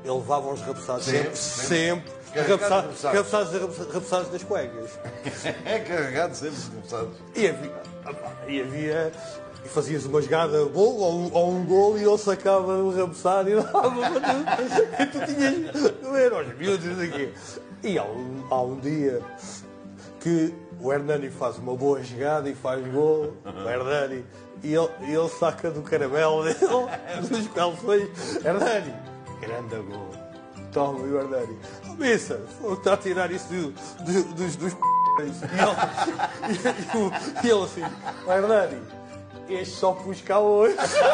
ele levava uns rabuçados sempre. Rabuçados das cuecas. É carregado sempre de rabuçados. E fazias uma jogada boa ou um gol e ele sacava o rabuçado e dava e tu tinhas de ver aos miúdos aqui. E há um dia que o Hernani faz uma boa jogada e faz gol, o Hernani, e ele saca do caramelo dele, dos calções, Hernani, grande gol. Toma, e o Hernani, Missa, está a tirar isso dos e ele assim, o Hernani, este só pus cá hoje.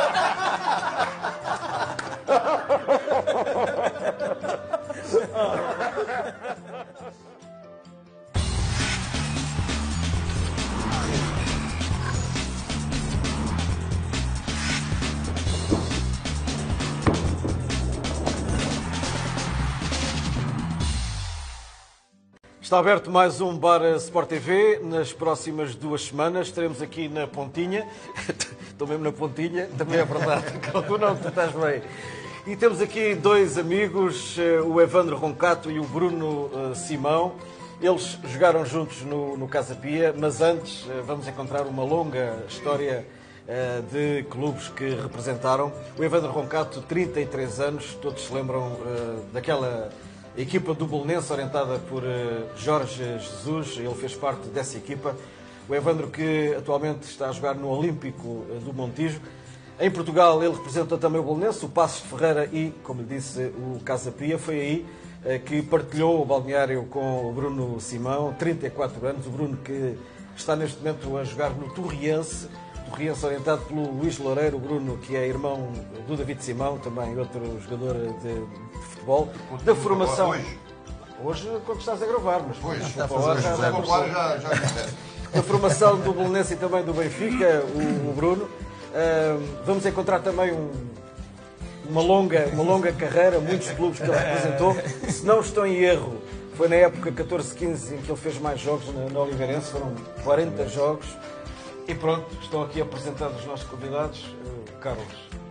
Está aberto mais um Bar Sport TV. Nas próximas 2 semanas estaremos aqui na Pontinha. Estou mesmo na Pontinha, também é verdade. Tu não, tu estás bem. E temos aqui 2 amigos, o Evandro Roncato e o Bruno Simão. Eles jogaram juntos no Casa Pia, mas antes vamos encontrar uma longa história de clubes que representaram. O Evandro Roncato, 33 anos, todos se lembram daquela equipa do Belenense, orientada por Jorge Jesus. Ele fez parte dessa equipa. O Evandro, que atualmente está a jogar no Olímpico do Montijo. Em Portugal, ele representa também o Belenense, o Passos de Ferreira e, como lhe disse, o Casa Pia. Foi aí que partilhou o balneário com o Bruno Simão, 34 anos. O Bruno, que está neste momento a jogar no Torriense orientado pelo Luís Loureiro. O Bruno, que é irmão do David Simão, também outro jogador de futebol. Da formação. Hoje, quando estás a gravar, mas pois, está a fazer já. Da formação do Belenense e também do Benfica, o Bruno. Vamos encontrar também uma longa carreira, muitos clubes que ele representou. Se não estou em erro, foi na época 14-15 em que ele fez mais jogos na Oliveirense, foram 40 jogos. E pronto, estão aqui apresentados os nossos convidados. Carlos,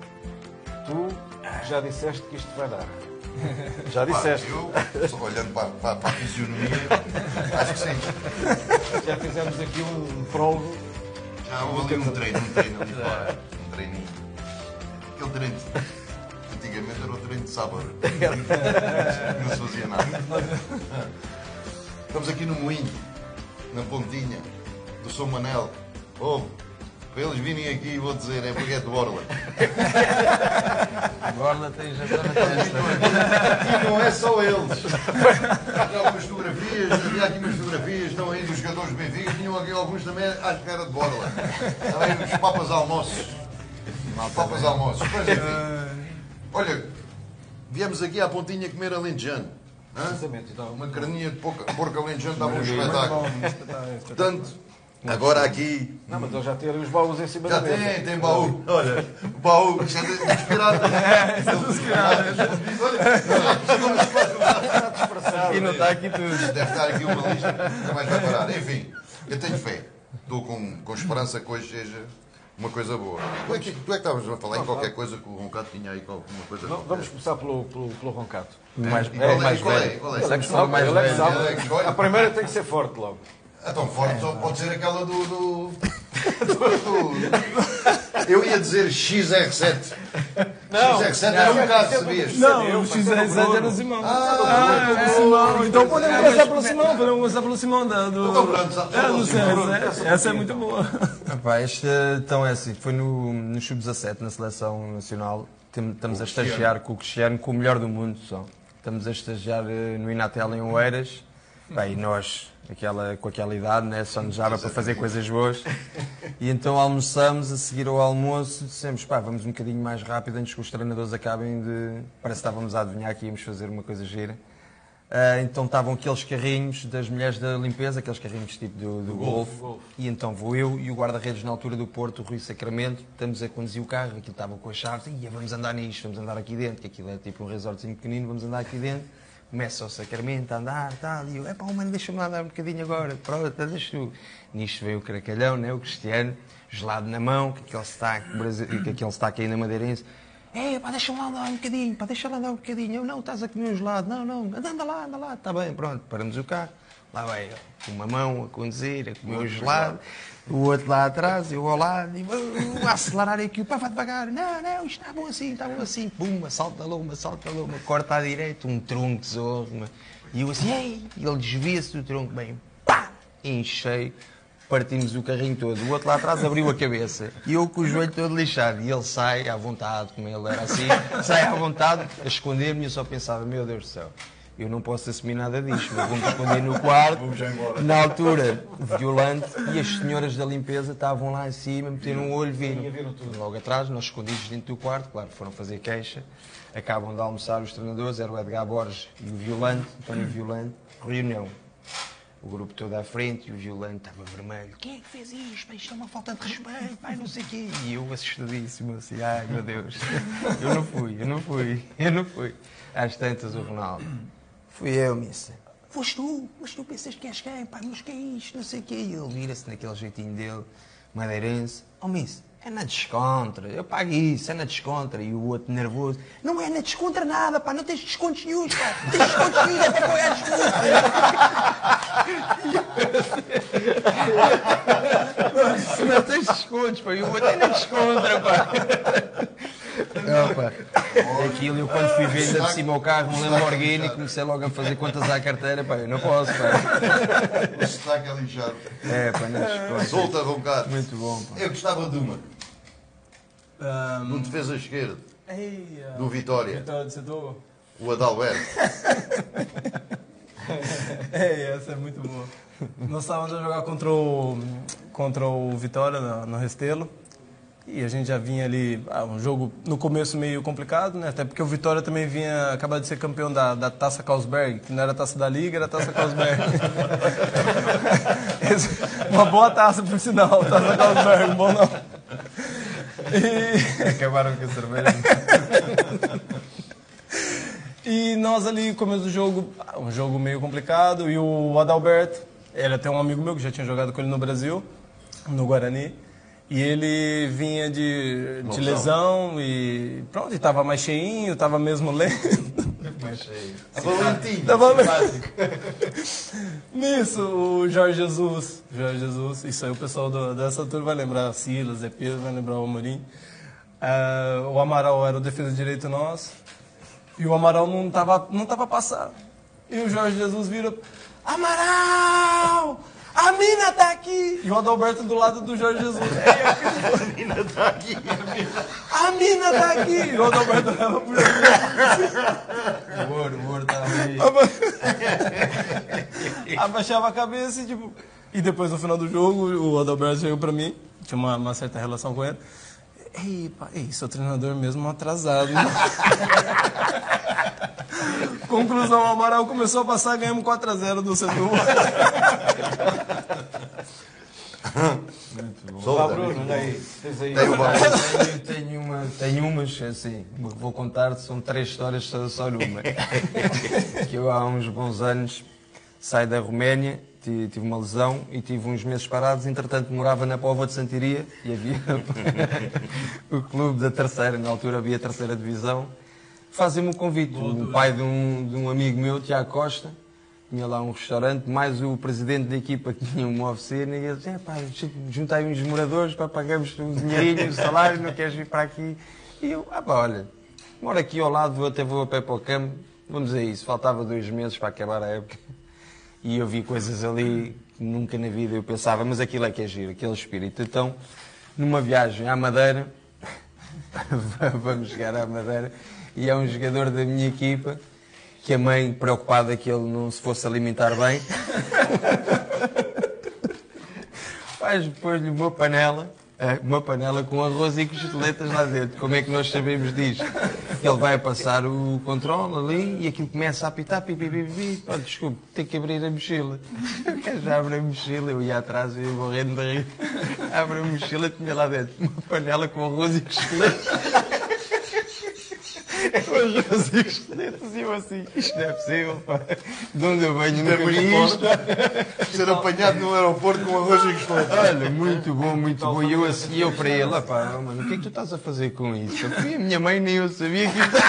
tu já disseste que isto vai dar. Já disseste. Eu, olhando para a fisionomia, acho que sim. Já fizemos aqui um prólogo. Já houve ali um treino ali fora. Um treininho. Aquele treino, antigamente era o treino de sábado. Não se fazia nada. Estamos aqui no Moinho, na Pontinha, do São Manel. Para eles virem aqui, vou dizer, é porque é de Borla. Borla tem já na testa. E não é só eles. Há algumas fotografias, havia aqui umas fotografias, estão aí dos jogadores do Benfica, tinham aqui alguns também, acho que era de Borla. Também os papas almoços. Papas almoços. Mas enfim. Olha, viemos aqui à Pontinha comer alentejano. Uma carninha de porco alentejano dava um espetáculo. Portanto, agora aqui. Não, mas ele já tem ali os baús em cima da mesa. Já tem baú. Olha, o baú dos piratas. E não está aqui tudo. Deve estar aqui uma lista, nunca mais vai parar. Enfim, eu tenho fé. Estou com esperança que hoje seja uma coisa boa. Tu é que estavas a falar em qualquer coisa que o Roncato tinha aí, alguma coisa. Vamos começar pelo Roncato. Qual é? A primeira tem que ser forte logo. Tão forte só pode ser aquela do... Eu ia dizer XR7. Não, XR7 era um bocado, sabias? Não, o XR7 era o Simão. Simão. Então podemos começar pelo Simão. Do CR7. Essa é muito boa. Então é assim, foi no Sub-17, na Seleção Nacional. Estamos a estagiar com o Cristiano, com o melhor do mundo só. Estamos a estagiar no Inatel em Oeiras. Bem, nós, com aquela idade, né, só nos dava para fazer coisas boas. E então almoçamos, a seguir ao almoço, dissemos, vamos um bocadinho mais rápido antes que os treinadores acabem de... Parece que estávamos a adivinhar que íamos fazer uma coisa gira. Então estavam aqueles carrinhos das mulheres da limpeza, aqueles carrinhos tipo do golfe. E então vou eu e o guarda-redes na altura do Porto, o Rui Sacramento, estamos a conduzir o carro, aquilo estava com as chaves, e vamos andar nisto, vamos andar aqui dentro, que aquilo é tipo um resortzinho pequenino, vamos andar aqui dentro. Começa o Sacramento a andar, tal, e eu, mano, deixa-me lá andar um bocadinho agora, pronto, deixa tu. Nisto veio o Cracalhão, né, o Cristiano, gelado na mão, com aquele sotaque aí na Madeirense. pá, deixa lá andar um bocadinho, pá, deixa lá andar um bocadinho. Eu, não, estás a comer um gelado. Não, anda lá. Está bem, pronto, paramos o carro. Lá vai eu, com uma mão a conduzir, a comer o gelado, o outro lá atrás, eu ao lado, e vou acelerar aqui, pá, vai devagar. Não, isto está bom assim. Pum, assalta a loma, corta à direita, um tronco de zorro. E eu assim, ei, ele desvia-se do tronco, bem, pá, enchei. Partimos o carrinho todo. O outro lá atrás abriu a cabeça. E eu com o joelho todo lixado. E ele sai à vontade, como ele era assim, sai à vontade, a esconder-me. E eu só pensava, meu Deus do céu, eu não posso assumir nada disto. Eu vou-me esconder no quarto. Na altura, violante. E as senhoras da limpeza estavam lá em cima, meteram um olho, viram. Logo atrás, nós escondidos dentro do quarto, claro, foram fazer queixa. Acabam de almoçar os treinadores, era o Edgar Borges e o Violante, António Violante. Reunião. O grupo todo à frente e o Violante estava vermelho. Quem é que fez isto? Pá, isto é uma falta de respeito, pai, não sei o quê. E eu assustadíssimo, assim, ai meu Deus. Eu não fui. Às tantas o Ronaldo. Fui eu, missa. Foste tu, mas tu pensas que és quem? Pá, mas que é isto? Não sei o quê. E ele vira-se naquele jeitinho dele, madeirense. Oh, missa, é na descontra. Eu pago isso, é na descontra. E o outro nervoso. Não é na descontra nada, pá, não tens descontos nenhums, pá. Não tens descontos nenhums, é para pagar descontos. Não tens descontos, pá. E o outro é na descontra, pá. Não, pá. Aquilo, eu quando fui ver ainda de cima o carro, um Lamborghini, comecei logo a fazer contas à carteira, pá, eu não posso, pá. O sotaque é lixado. É, pá, não desconto. Solta a roncar. Muito bom, pá. Eu gostava de uma. No defesa esquerdo. Do Vitória. Vitória de Setúbal. O Adalberto. Essa é muito boa. Nós estávamos a jogar contra o Vitória no Restelo. E a gente já vinha ali, um jogo no começo meio complicado, né? Até porque o Vitória também vinha acabar de ser campeão da Taça Carlsberg, que não era a Taça da Liga, era a Taça Carlsberg. Uma boa taça, por sinal, Taça Carlsberg, bom não. E... Acabaram com a cerveja. E nós ali, começo do jogo, um jogo meio complicado, e o Adalberto, ele até um amigo meu que já tinha jogado com ele no Brasil, no Guarani. E ele vinha de lesão e pronto, estava mais cheinho, estava mesmo lento. Mais cheio. Valentim. Nisso, o Jorge Jesus, isso aí o pessoal dessa turma vai lembrar, Silas, Zé Pedro, vai lembrar o Amorim. O Amaral era o defesa direito nosso e o Amaral não tava passando. E o Jorge Jesus vira, Amaral! A mina tá aqui! E o Adalberto do lado do Jorge Jesus. A mina tá aqui. A mina tá aqui! E o Adalberto leva pro Jesus. O ouro tá ali. Abaixava a cabeça e tipo... E depois no final do jogo, o Adalberto chegou pra mim. Tinha uma certa relação com ele. Ei, seu treinador mesmo atrasado. Conclusão, o Amaral começou a passar, ganhamos 4-0 do Setúbal. Muito bom. Vá, Bruno, daí. Tenho umas, assim, vou contar, são 3 histórias só numa. Que eu há uns bons anos saí da Roménia, tive uma lesão e tive uns meses parados, entretanto morava na Póvoa de Santiria e havia o clube da terceira, na altura havia a terceira divisão. Fazem-me um convite. O pai de um amigo meu, Tiago Costa, tinha lá um restaurante, mais o presidente da equipa que tinha uma oficina, e ele disse, juntai uns moradores, para pagarmos um dinheirinho, o salário, não queres vir para aqui? E eu, olha, moro aqui ao lado, até vou a pé para o campo, vamos a isso. Faltava 2 meses para acabar a época. E eu vi coisas ali que nunca na vida eu pensava, mas aquilo é que é giro, aquele espírito. Então, numa viagem à Madeira, vamos chegar à Madeira, e é um jogador da minha equipa que a mãe, preocupada que ele não se fosse alimentar bem, pôs-lhe uma panela com arroz e costeletas lá dentro. Como é que nós sabemos disto? Ele vai passar o controle ali e aquilo começa a apitar, pipi. Pá, desculpe, tem que abrir a mochila. O gajo já abre a mochila, eu ia atrás e ia morrendo de rir. Abre a mochila e tinha lá dentro uma panela com arroz e costeletas. Os meus amigos diziam assim, isto não é possível, pá. De onde eu venho, nunca vi isto. Ser apanhado no aeroporto com arroz e costeleta. Olha, muito bom, muito bom. E eu para ele, pá, mano, o que é que tu estás a fazer com isso? Eu fui a minha mãe, nem eu sabia que isto...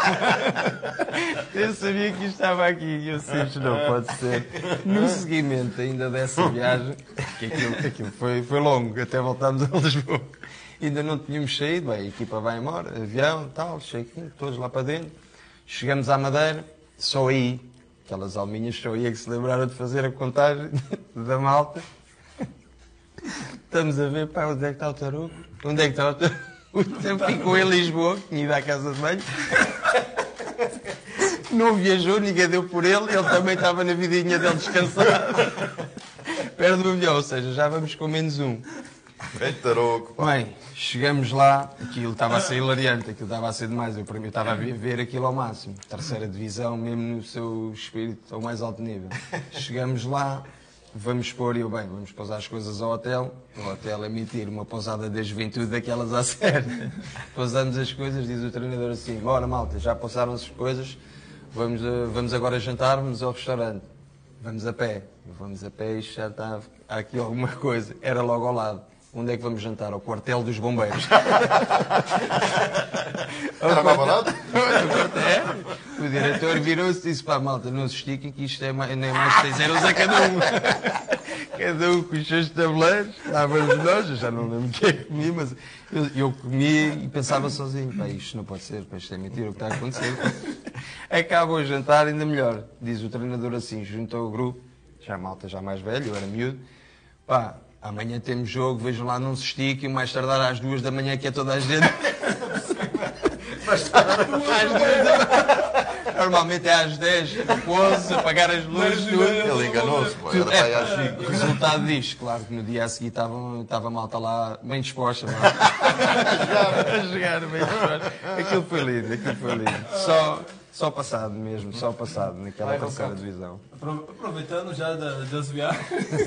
Eu sabia que isto estava aqui. E eu sei, isto não pode ser. No seguimento ainda dessa viagem, que aquilo foi longo, até voltarmos a Lisboa. Ainda não tínhamos saído, bem, a equipa vai embora, avião, tal, cheguinho, todos lá para dentro. Chegamos à Madeira, só aí, aquelas alminhas, só aí é que se lembraram de fazer a contagem da malta. Estamos a ver, pá, onde é que está o Tarouco? Onde é que está o Tarouco? O tempo ficou em Lisboa, tinha ido à casa de banho. Não viajou, ninguém deu por ele também estava na vidinha dele descansado. Perto do avião, ou seja, já vamos com menos um. Eita, louco. Bem, chegamos lá, aquilo estava a ser hilariante, aquilo estava a ser demais. Eu, para mim, estava a ver aquilo ao máximo. Terceira divisão, mesmo no seu espírito, ao mais alto nível. Chegamos lá, vamos pôr, vamos pousar as coisas ao hotel. O hotel emitir uma pousada da juventude daquelas à série. Pousamos as coisas, diz o treinador assim, bora malta, já pousaram-se as coisas, vamos agora jantar, vamos ao restaurante. Vamos a pé, isto já está, há aqui alguma coisa. Era logo ao lado. Onde é que vamos jantar? Ao quartel dos bombeiros. Era mais barato? O diretor virou-se e disse, pá, malta, não se estiquem que isto não é mais 6 euros a cada um. Cada um com os seus tabuleiros. Lá vamos nós, eu já não lembro o que é que comi, mas eu comia e pensava sozinho, pá, isto não pode ser, pá, isto é mentira o que está a acontecer. Acaba o jantar, ainda melhor. Diz o treinador assim, juntou o grupo, já a malta já mais velho, eu era miúdo, pá, amanhã temos jogo, vejam lá, não se estiquem, mais tardar às 2 da manhã, que é toda a gente. Às 2 da manhã. Normalmente é às 10, repouso, apagar as luzes, tudo. Ele enganou-se, pô, era para aí às 5. O resultado diz, claro que no dia a seguir estava a malta lá bem disposta. A jogar bem disposta. Aquilo foi lindo. Só passado mesmo, só passado naquela terceira divisão. Aproveitando já das viagens.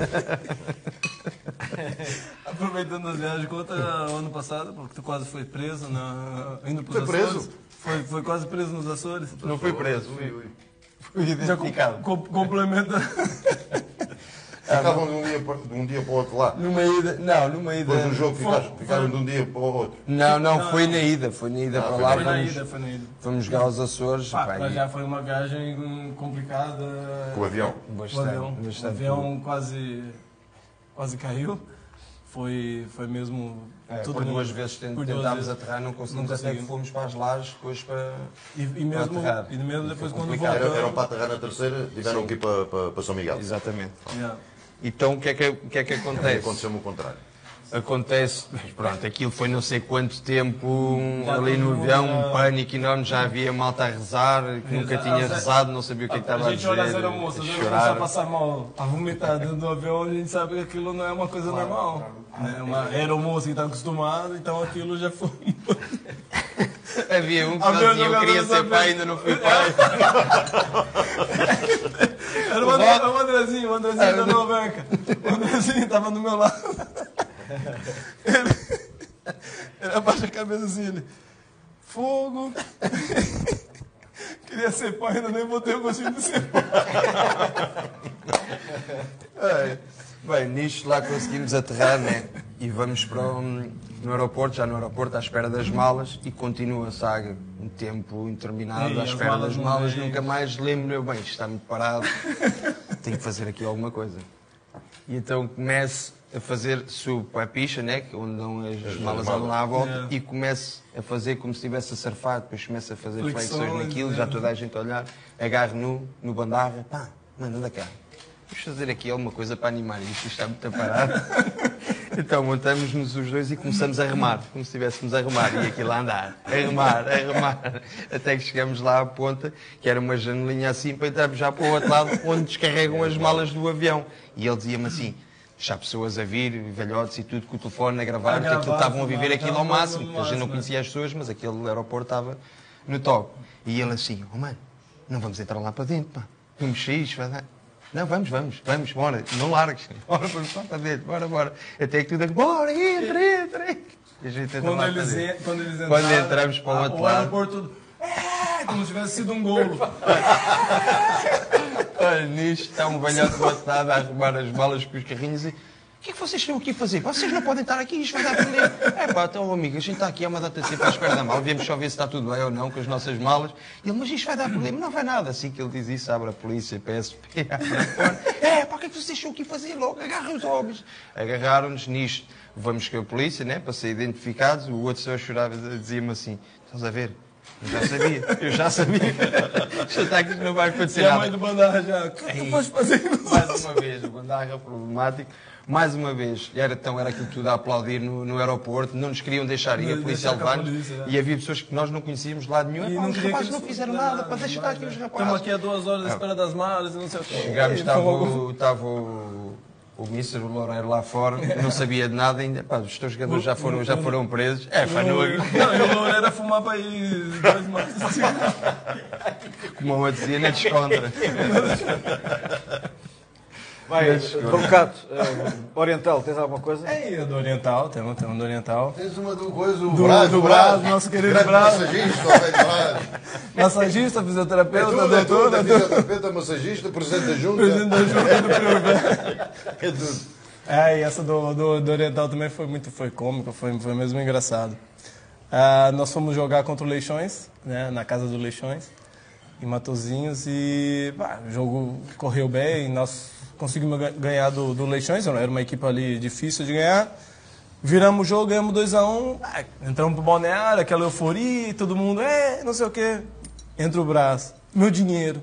Aproveitando as viagens, conta o ano passado, porque tu quase foi preso indo para os Açores. Preso? Foi quase preso nos Açores. Não fui preso, fui identificado. Complementa. Ficavam de um dia para o outro lá. Numa ida. Depois do jogo ficaram de um dia para o outro. Não, foi na ida para lá. Foi na ida. Fomos jogar aos Açores. Mas já foi uma viagem complicada. Com o avião? Bastante. O avião quase caiu. Foi mesmo. Por 2 vezes tentámos aterrar, não conseguimos, até que fomos para as lajes depois para aterrar. E mesmo depois quando voltaram. Eram para aterrar na terceira, tiveram que ir para São Miguel. Exatamente. Então o que é que acontece? Aconteceu-me o contrário. Acontece, pronto, aquilo foi não sei quanto tempo ali no avião, um pânico enorme, já havia malta a rezar, que nunca tinha rezado, não sabia o que estava a dizer. A gente olha as aeromoças, começar a passar mal, a vomitar dentro do avião, a gente sabe que aquilo não é uma coisa normal. Né? Uma aeromoça que está acostumada, então aquilo já foi... Havia um que dizia, eu queria ser pai, ainda não fui pai. Era o Andrezinho da Nova Banca. O Andrezinho estava do meu lado. Ele abaixa a cabeça assim, ele... Fogo! Queria ser pai, ainda nem botei o gostinho de ser pai. Bem, nisto lá conseguimos aterrar, né? E vamos para no aeroporto, já no aeroporto, à espera das malas, e continua a saga. Um tempo interminável, à espera das malas, nunca mais lembro, bem, isto está muito parado, tenho que fazer aqui alguma coisa. E então começo a fazer, subo para a picha, né? Onde dão as malas andam lá à volta, e começo a fazer como se estivesse a surfar, depois começo a fazer flexões naquilo, já toda a gente a olhar, agarro no bandarra, pá, mano, anda cá. Vamos fazer aqui alguma coisa para animar isto está muito parado. Então montamos-nos os dois e começamos a remar, como se estivéssemos a remar, e aquilo a andar, a remar, até que chegamos lá à ponta, que era uma janelinha assim, para entrarmos já para o outro lado, onde descarregam as malas do avião. E ele dizia-me assim, já pessoas a vir, velhotes e tudo, com o telefone a gravar, que aquilo estavam a viver aquilo ao máximo, porque a gente não conhecia as pessoas, mas aquele aeroporto estava no top. E ele assim, oh mano, não vamos entrar lá para dentro, pá, não mexis, vai dar... Não, vamos, bora, não largues, bora para dentro, bora. Até que tudo, bora, entra. E a gente entra lá para dentro. Quando entramos para o outro lado, aeroporto, como se tivesse sido um golo. Olha, nisto está um velhote batado a arrumar as balas com os carrinhos e... O que é que vocês estão aqui a fazer? Vocês não podem estar aqui, isto vai dar problema. Então, amigo, a gente está aqui há uma data de tempo à espera da mala. Viemos só ver se está tudo bem ou não com as nossas malas. E ele, mas isto vai dar problema. Não vai nada. Assim que ele diz isso, abre a polícia, PSP, abre a porta. O que é que vocês estão aqui a fazer? Logo, agarrem os homens. Agarraram-nos nisto. Vamos com a polícia, né, para ser identificados. O outro só chorava, dizia-me assim, estás a ver? Eu já sabia. Já está aqui, não vai acontecer nada. E a mãe do Bandarra já, o que tu foste fazer? Mais uma vez, o Bandarra problemático. Mais uma vez, era aquilo tudo a aplaudir no aeroporto, não nos queriam deixar ir, a polícia levar-nos, e havia pessoas que nós não conhecíamos de lado nenhum, os rapazes não fizeram nada, para deixar estar aqui os rapazes. Estamos aqui há 2 horas à espera das malas e não sei o quê. Chegámos, estava o Míster, o Loureiro lá fora, não sabia de nada ainda, os teus jogadores já foram presos. Não, e o Loureiro a fumar para aí 2 maços assim. Como eu dizia, nem descontra. Vai, um bocado. Oriental, tens alguma coisa? É, do Oriental, temos do Oriental. Tens uma do coisa, do Brás, nosso querido Brás. Massagista, o velho Brás. Massagista, fisioterapeuta, doutor. Fisioterapeuta, massagista, presidente da Junta. Presidente da Junta do Prior. É tudo. E essa do Oriental também foi cômica, foi mesmo engraçado. Nós fomos jogar contra o Leixões, né, na casa do Leixões, em Matosinhos, e o jogo correu bem, nós conseguimos ganhar do Leixões, era uma equipe ali difícil de ganhar. Viramos o jogo, ganhamos 2-1, entramos pro balneário, aquela euforia, todo mundo, não sei o quê. Entra o Brás, meu dinheiro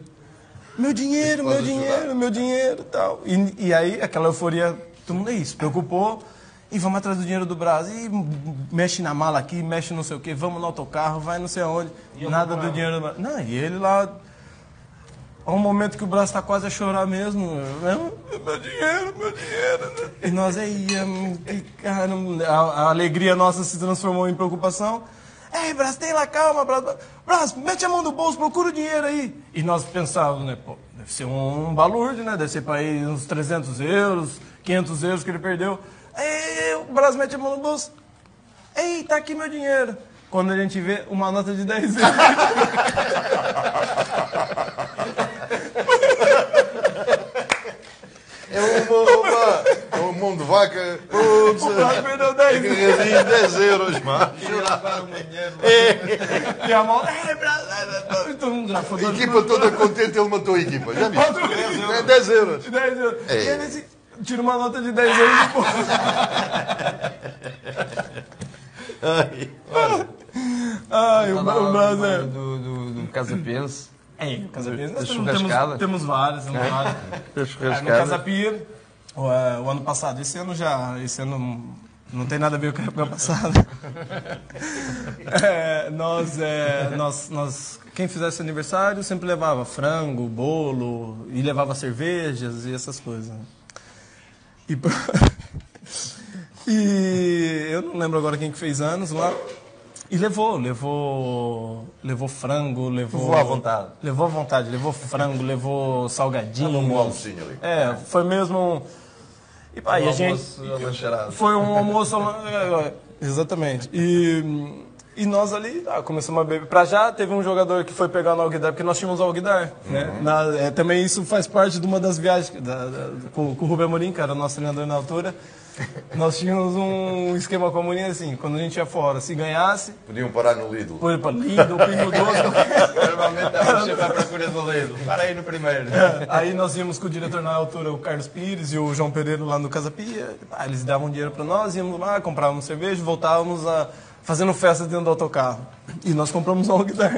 e tal. E aí, aquela euforia, todo mundo se preocupou, e vamos atrás do dinheiro do Brás, e mexe na mala aqui, mexe não sei o quê, vamos no autocarro, vai não sei aonde, nada do dinheiro do Brás. Não, e ele lá... Há um momento que o Brás está quase a chorar mesmo. Meu dinheiro. E nós aí, caramba, a alegria nossa se transformou em preocupação. Brás, tem lá, calma, Brás. Brás, mete a mão no bolso, procura o dinheiro aí. E nós pensávamos, né, pô, deve ser um balúrdio, né? Deve ser para aí uns 300 euros, 500 euros que ele perdeu. Aí o Brás mete a mão no bolso. Tá aqui meu dinheiro. Quando a gente vê uma nota de 10 euros. É um mão de vaca. O Brás perdeu 10 euros. 10 euros, macho. E a mão. Todo mundo já foi. A equipa toda contente, ele matou a equipa. Já viste? 10 euros. 10 euros. E ele assim, tira uma nota de 10 euros e pô. O Brás é. Do Casa Pense. Casa Pia. Churrascada. Temos várias. No Casa Pia, o ano passado, esse ano não tem nada a ver com a época passada. Quem fizesse aniversário sempre levava frango, bolo, e levava cervejas e essas coisas. E eu não lembro agora quem que fez anos lá. E levou frango, levou à vontade. Levou à vontade, levou frango, levou salgadinho. Um almocinho ali. Foi mesmo... E a gente... Foi um almoço... Exatamente. E nós ali começamos a beber. Pra já teve um jogador que foi pegar no Alguidar, porque nós tínhamos o Alguidar. Né? Também isso faz parte de uma das viagens com o Rubem Amorim, que era o nosso treinador na altura. Nós tínhamos um esquema com a Amorim assim, quando a gente ia fora, se ganhasse... Podiam parar no Lidl. Foi para Lidl, Pingo Doce... Normalmente estávamos sempre à procura do Lidl. Para aí no primeiro. Aí nós íamos com o diretor na altura, o Carlos Pires e o João Pereira lá no Casa Pia. Eles davam dinheiro para nós, íamos lá, comprávamos cerveja, voltávamos fazendo festa dentro do autocarro. E nós compramos um Alguidar.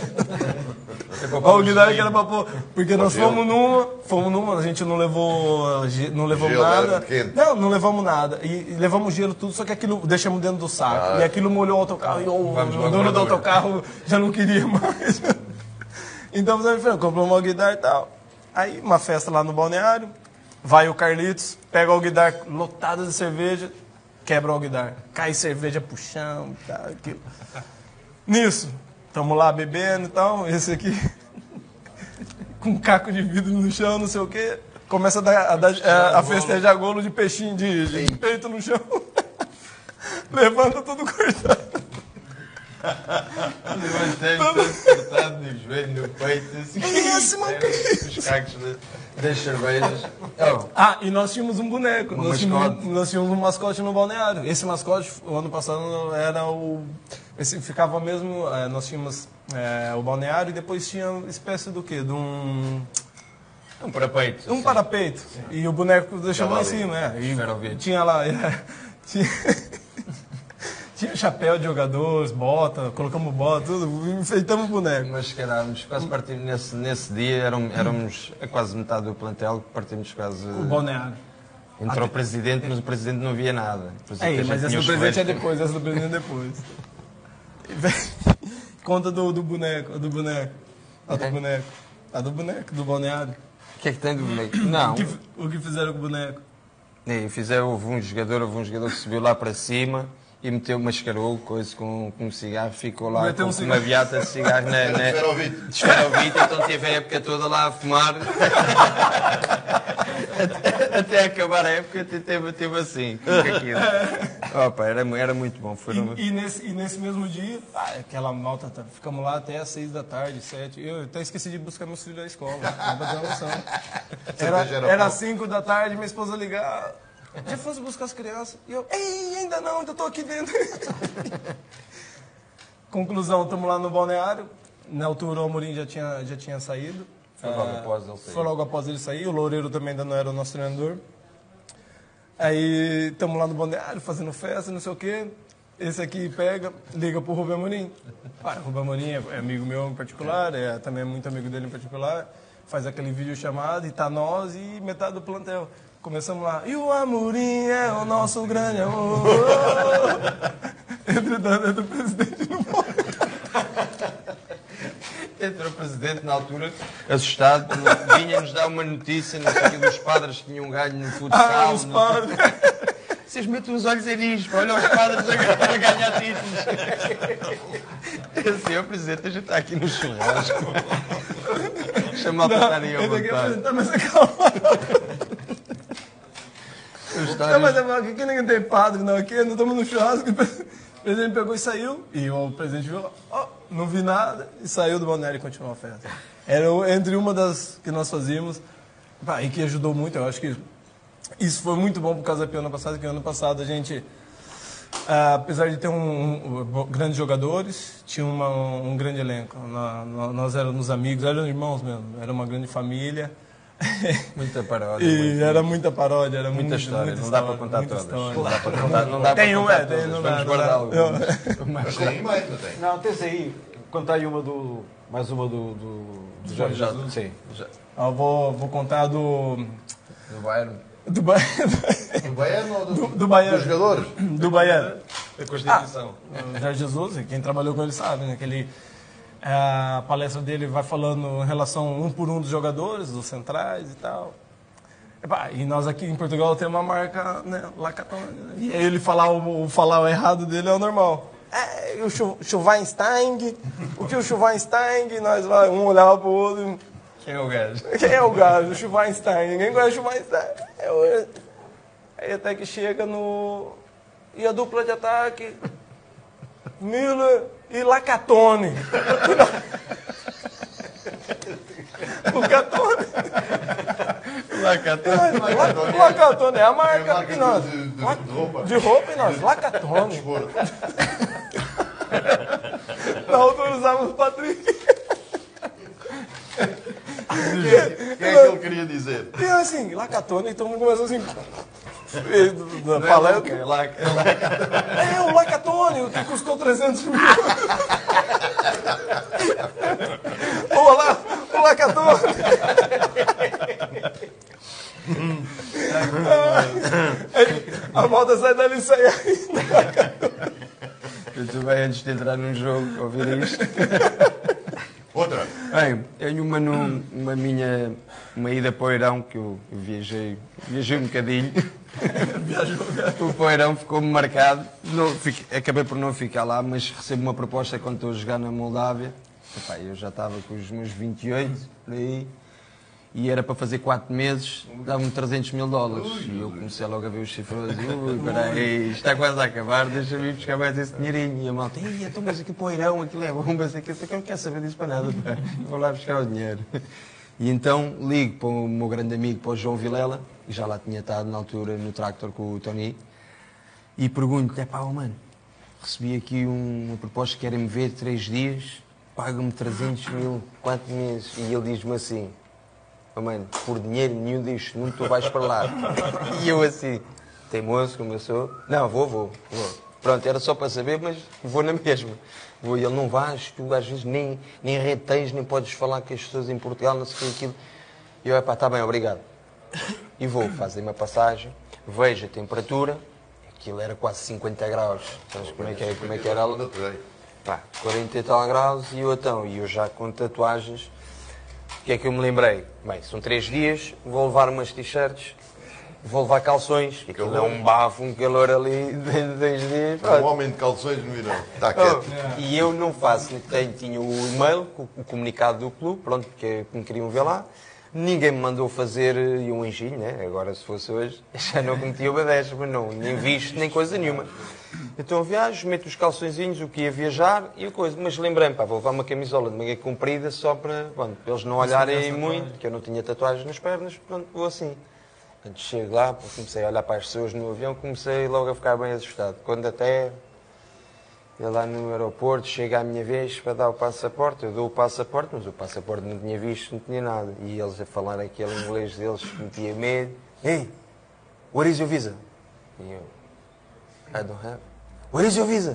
O Alguidar que era pra pôr... Porque nós fomos numa, a gente não levou Gelo, nada. Não levamos nada. E levamos gelo tudo, só que aquilo deixamos dentro do saco. E aquilo molhou o autocarro e o dono do autocarro já não queria mais. Então compramos um Alguidar e tal. Aí uma festa lá no balneário, vai o Carlitos, pega o Alguidar lotado de cerveja, quebra o Alguidar. Cai cerveja pro chão, tal, aquilo. Nisso, estamos lá bebendo e tal, esse aqui com um caco de vidro no chão, não sei o quê, começa a festejar golo de peixinho de peito no chão, levanta tudo cortado. noite. Esse mano, que é isso? Os cacos das cervejas. Ah, e nós tínhamos um boneco. Um Nós mascote. tínhamos um mascote no balneário. Esse mascote, o ano passado, era o... Esse ficava mesmo... nós tínhamos o balneário e depois tinha uma espécie do quê? De um... Um parapeito. Um parapeito. E o boneco deixamos lá em cima, E Esferovite. tinha lá... Tinha chapéu de jogadores, bota, colocamos bota, tudo, enfeitamos o boneco. Mas caralhos, quase partimos nesse dia, éramos a quase metade do plantel, partimos quase... O balneário. Entrou o presidente, mas o presidente não via nada. Mas essa do presidente é depois, essa do presidente é depois. Conta do boneco, do boneco. A do boneco. A do boneco, do balneário. O que é que tem do boneco? Não. O que fizeram com o boneco? Houve um jogador que subiu lá para cima e mascarou coisa com um cigarro, ficou lá Meteu com um uma viata de cigarro de esferovite, então teve a época toda lá a fumar. Até acabar a época teve assim. Opa, era muito bom. E nesse mesmo dia, aquela malta, ficamos lá até às 6 da tarde, 7. Eu até esqueci de buscar meus filhos da escola, não pra ter uma noção. Era 5 da tarde, minha esposa ligar. Já fosse buscar as crianças? E eu, ei, ainda não, ainda estou aqui dentro. Conclusão, estamos lá no balneário. Na altura o Amorim já tinha saído. Foi logo após ele sair. Foi logo após ele sair. O Loureiro também ainda não era o nosso treinador. Aí estamos lá no balneário, fazendo festa, não sei o quê. Esse aqui liga pro Rubem Amorim. O Rubem Amorim é amigo meu em particular, também é muito amigo dele em particular. Faz aquele vídeo chamado e tá nós e metade do plantel. Começamos lá, e o Amorim é o nosso grande amor. Entretanto, entra o presidente no palco. Entrou o presidente na altura, assustado, vinha-nos dar uma notícia, não sei o quê, dos padres que tinham ganho no futsal. Os padres. Vocês metem os olhos em nisto, olha os padres a ganhar títulos. Senhor presidente, a gente está aqui no churrasco. Chama a passar aí à vontade. Mas calma. Não, mas aqui ninguém tem padre, não. Aqui não estamos no churrasco. O presidente pegou e saiu. E o presidente viu, não vi nada. E saiu do balneário e continuou a festa. Era entre uma das que nós fazíamos. E que ajudou muito. Eu acho que isso foi muito bom por causa do ano passado. Que ano passado a gente, apesar de ter grandes jogadores, tinha um grande elenco. Nós éramos amigos, éramos irmãos mesmo. Era uma grande família. Muita paródia. E era muita paródia, era muita história. Não dá para contar todas. Não dá para contar tem todas. Vamos guardar algumas. Mas tem mais, não tem? Não, tens aí. Conta aí mais uma do Jorge Jesus. Sim. Eu vou contar do Bayern. Do Bayern. Do Bayern ou do Bayern. Dos jogadores? Do Bayern. Da Constituição. O Jorge Jesus, quem trabalhou com ele sabe, né? A palestra dele vai falando em relação um por um dos jogadores, dos centrais e tal. E nós aqui em Portugal temos uma marca, né, Lacatone. Né? E aí ele falar o errado dele é o normal. O Schweinstein, o que o Schweinstein, nós vai um olhar pro outro. Quem é o gajo? Quem é o gajo? O Schweinstein. Ninguém conhece o Schweinstein. Aí até que chega no... E a dupla de ataque... Miller e Lacatone. O Catone. Lacatone é a marca. De roupa. De roupa e nós. Lacatone. Na altura usávamos o Patrick. Quem é que ele queria dizer? E assim, Lacatone, então começou assim... Da palestra. O Lacatone, o que custou 300 mil. Olá, o Lacatone. A malta sai dali e sai aí. Muito bem, antes de entrar num jogo, ouvir isto. Outra. Bem, tenho uma ida para o Eirão, que eu viajei um bocadinho. O Poeirão ficou-me marcado. Acabei por não ficar lá, mas recebo uma proposta quando estou a jogar na Moldávia. Eu já estava com os meus 28, por aí. E era para fazer 4 meses, dava-me $300 mil. E eu comecei logo a ver os cifrões e ui, peraí, isto está quase a acabar, deixa-me ir buscar mais esse dinheirinho. E a malta, então mas aqui para o Irão, aquilo é bom, mas aquilo, eu não quero saber disso para nada, pá. Vou lá buscar o dinheiro. E então ligo para o meu grande amigo, para o João Vilela, que já lá tinha estado na altura no Tractor com o Tony, e pergunto-lhe, mano, recebi aqui uma proposta que querem-me ver 3 dias, paga-me 300 mil, 4 meses. E ele diz-me assim, mano, por dinheiro nenhum deste mundo tu vais para lá. E eu assim, teimoso como eu sou, não, vou. Pronto, era só para saber, mas vou na mesma. Vou, e ele, não vais, tu às vezes nem rede tens, nem podes falar com as pessoas em Portugal, não sei o que, aquilo. E eu, está bem, obrigado. E vou, fazem uma passagem, vejo a temperatura, aquilo era quase 50 graus. Sabes como é que era? 40 e tal graus, e eu já com tatuagens, o que é que eu me lembrei? Bem, são 3 dias, vou levar umas t-shirts, vou levar calções, aquilo é um bafo, um calor ali de 2 dias. Um homem de calções no Irão, está quieto. E eu não faço, tinha o e-mail, o comunicado do clube, pronto, porque me queriam ver lá. Ninguém me mandou fazer um engenho, né? Agora se fosse hoje, já não cometia uma dessas, mas não, nem visto, nem coisa nenhuma. Então eu viajo, meto os calçõezinhos, o que ia viajar e a coisa. Mas lembrei-me, vou levar uma camisola de manga comprida só para eles não olharem muito, que eu não tinha tatuagens nas pernas, pronto, vou assim. Antes chego lá, comecei a olhar para as pessoas no avião, comecei logo a ficar bem assustado. Quando até eu lá no aeroporto, chega a minha vez para dar o passaporte, eu dou o passaporte, mas o passaporte não tinha visto, não tinha nada. E eles a falar aquele inglês deles que me tinha medo. Hey, what is your visa? E eu, I don't have. What is your visa?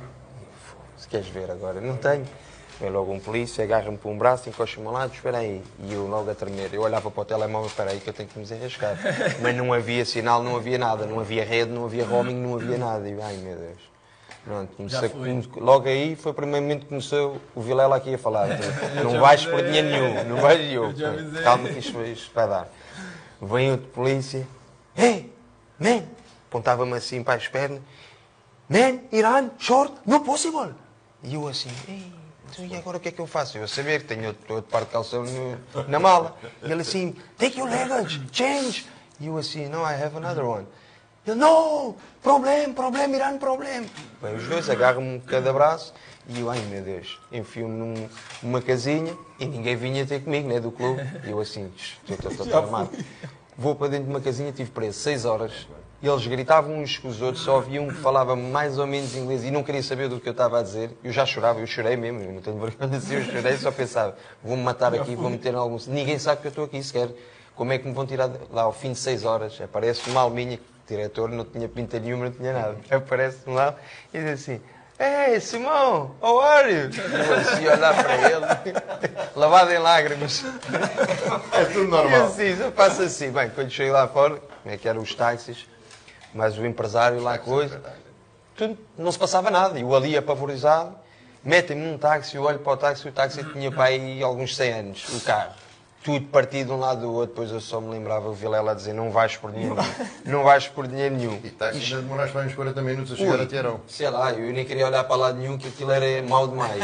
Se queres ver agora, não tenho. Vem logo um polícia, agarra-me por um braço, encosta-me ao lado, espera aí. E eu logo a tremer. Eu olhava para o telemóvel, espera aí que eu tenho que me desenrascar. Mas não havia sinal, não havia nada. Não havia rede, não havia roaming, não havia nada. E eu, ai meu Deus. Pronto, logo aí foi o primeiro momento que começou o Vilela aqui a falar. Não vais por dinheiro nenhum, não vais eu. Calma que isto vai dar. Vem outro polícia. Hey, man! Apontava-me assim para as pernas. Man, Iran, short, no possible. E eu assim, e agora o que é que eu faço? Eu a saber que tenho outro par de calção na mala. E ele assim, take your luggage, change. E eu assim, no, I have another one. Ele, não, problema, Irã, problema. Bem, os dois agarram-me cada braço e eu, ai meu Deus, enfio-me numa casinha e ninguém vinha ter comigo, né, do clube. E eu assim, estou armado. Vou para dentro de uma casinha, estive preso 6 horas. E eles gritavam uns com os outros, só havia um que falava mais ou menos inglês e não queria saber do que eu estava a dizer. Eu já chorava, eu chorei mesmo, eu não tenho vergonha de dizer, eu chorei, só pensava, vou-me matar aqui, vou-me meter em algum... Ninguém sabe que eu estou aqui sequer. Como é que me vão tirar lá ao fim de 6 horas? Aparece uma alminha, diretor, não tinha pinta nenhuma, não tinha nada. Aparece-me lá e diz assim, hey, Simão, how are you? Eu assim, olhar para ele, lavado em lágrimas. É tudo normal. E assim, eu faço assim. Bem, quando cheguei lá fora, como é que eram os táxis, mas o empresário lá, coisa, tudo, não se passava nada. Eu ali apavorizado, metem-me num táxi, eu olho para o táxi tinha para aí alguns 100 anos, o carro. Tudo partido de um lado do outro, depois eu só me lembrava o Vilela a dizer, não vais por dinheiro nenhum, não vais por dinheiro nenhum. E tá, ainda demoraste para uns 40 minutos a chegar a Tiarão. Sei lá, eu nem queria olhar para lado nenhum, que aquilo era mau demais.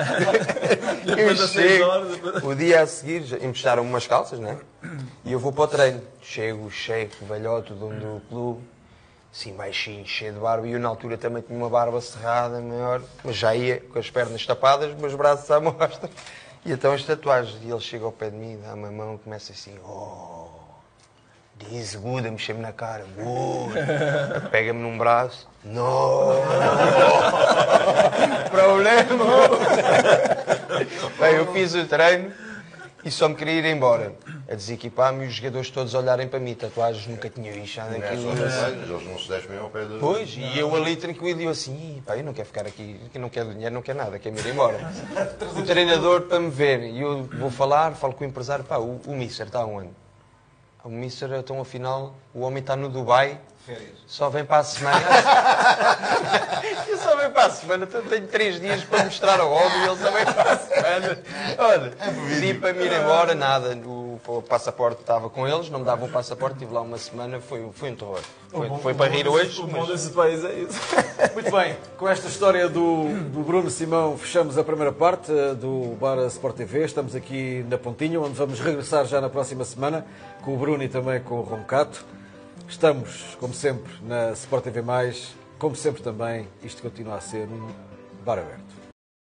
Eu chego, o dia a seguir, emprestaram-me umas calças, né? E eu vou para o treino. Chego, checo, velhote, dono do clube, assim baixinho, cheio de barba, e eu na altura também tinha uma barba cerrada, maior, mas já ia com as pernas tapadas, meus braços à mostra. E então as tatuagens, e ele chega ao pé de mim, dá-me a mão, começa assim, this good, a mexer-me na cara, good. Pega-me num braço, no, problema. Bem, eu fiz o treino e só me queria ir embora. A desequipar-me e os jogadores todos olharem para mim, tatuagens nunca tinha visto nada daquilo. Eles não se deixam ao pé de... Pois, e eu ali tranquilo, e eu assim, pá, eu não quero ficar aqui, não quero dinheiro, não quero nada, quero ir embora. O treinador para me ver, e eu vou falar, falo com o empresário, pá, o Mister está onde? O Mister, então afinal, o homem está no Dubai, só vem para a semana. Eu só venho para a semana, então tenho 3 dias para mostrar ao homem e ele só vem para a semana. Olha, pedi para me ir embora, nada. para o passaporte, estava com eles, não me davam o passaporte, estive lá uma semana, foi um terror. Foi para rir hoje. O bom desses países é isso. Muito bem, com esta história do Bruno Simão fechamos a primeira parte do Bar Sport TV. Estamos aqui na Pontinha, onde vamos regressar já na próxima semana com o Bruno e também com o Roncato. Estamos, como sempre, na Sport TV+, como sempre também, isto continua a ser um bar aberto.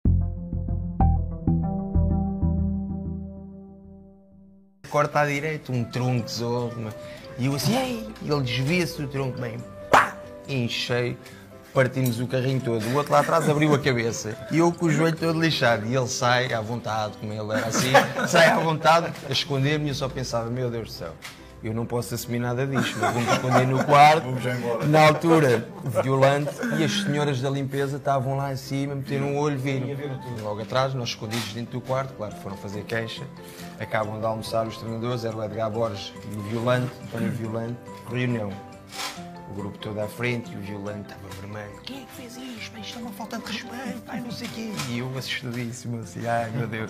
Corta à direita, um tronco de zorro, e eu assim, ei, ele desvia-se do tronco bem, pá, enchei, partimos o carrinho todo. O outro lá atrás abriu a cabeça e eu com o joelho todo lixado. E ele sai à vontade, como ele era assim, sai à vontade a esconder-me e eu só pensava, meu Deus do céu, eu não posso assumir nada disto, mas vou-me esconder no quarto. Na altura, violante, e as senhoras da limpeza estavam lá em cima, meteram um olho, viram. Logo atrás, nós escondidos dentro do quarto, claro, foram fazer queixa. Acabam de almoçar os treinadores, era o Edgar Borges e o Violante, António Violante, reunião. O grupo todo à frente e o Violante estava vermelho. Quem é que fez isto? Isto é uma falta de respeito, pai, não sei o quê. E eu assustadíssimo, assim, ai meu Deus,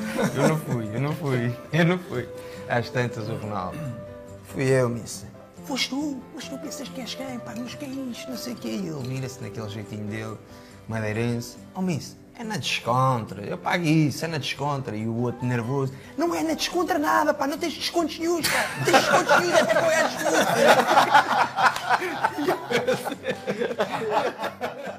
eu não fui. Às tantas, o Ronaldo. Fui eu, missa. Foste tu, mas tu pensas que és quem, pá, mas que é isto, não sei o quê. E ele mira-se naquele jeitinho dele, madeirense. Oh, miss, é na descontra, eu pago isso, é na descontra. E o outro nervoso, não é na descontra nada, pá, não tens descontos nenhum, pá, não tens descontos nenhum, é para pagar descontos.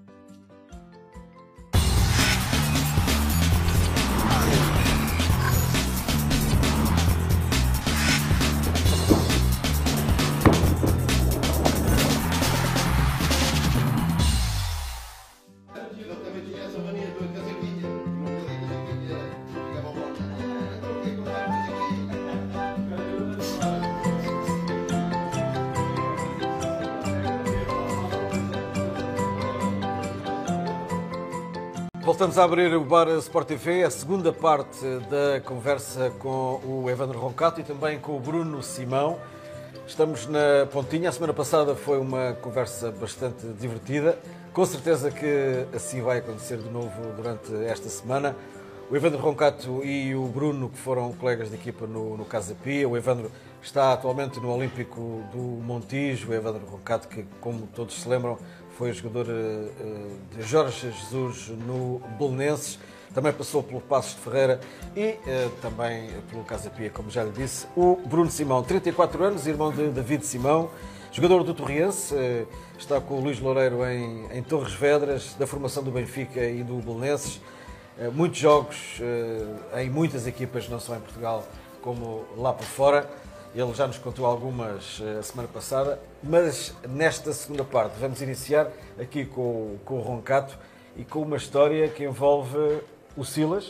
Voltamos a abrir o Bar Sport TV, a segunda parte da conversa com o Evandro Roncato e também com o Bruno Simão. Estamos na Pontinha. A semana passada foi uma conversa bastante divertida. Com certeza que assim vai acontecer de novo durante esta semana. O Evandro Roncato e o Bruno, que foram colegas de equipa no Casa Pia. O Evandro está atualmente no Olímpico do Montijo. O Evandro Roncato, que, como todos se lembram, foi jogador de Jorge Jesus no Belenenses, também passou pelo Passos de Ferreira e também pelo Casa Pia, como já lhe disse. O Bruno Simão, 34 anos, irmão de David Simão, jogador do Torriense, está com o Luís Loureiro em Torres Vedras, da formação do Benfica e do Belenenses. Muitos jogos em muitas equipas, não só em Portugal, como lá por fora. Ele já nos contou algumas a semana passada, mas nesta segunda parte vamos iniciar aqui com o Roncato e com uma história que envolve o Silas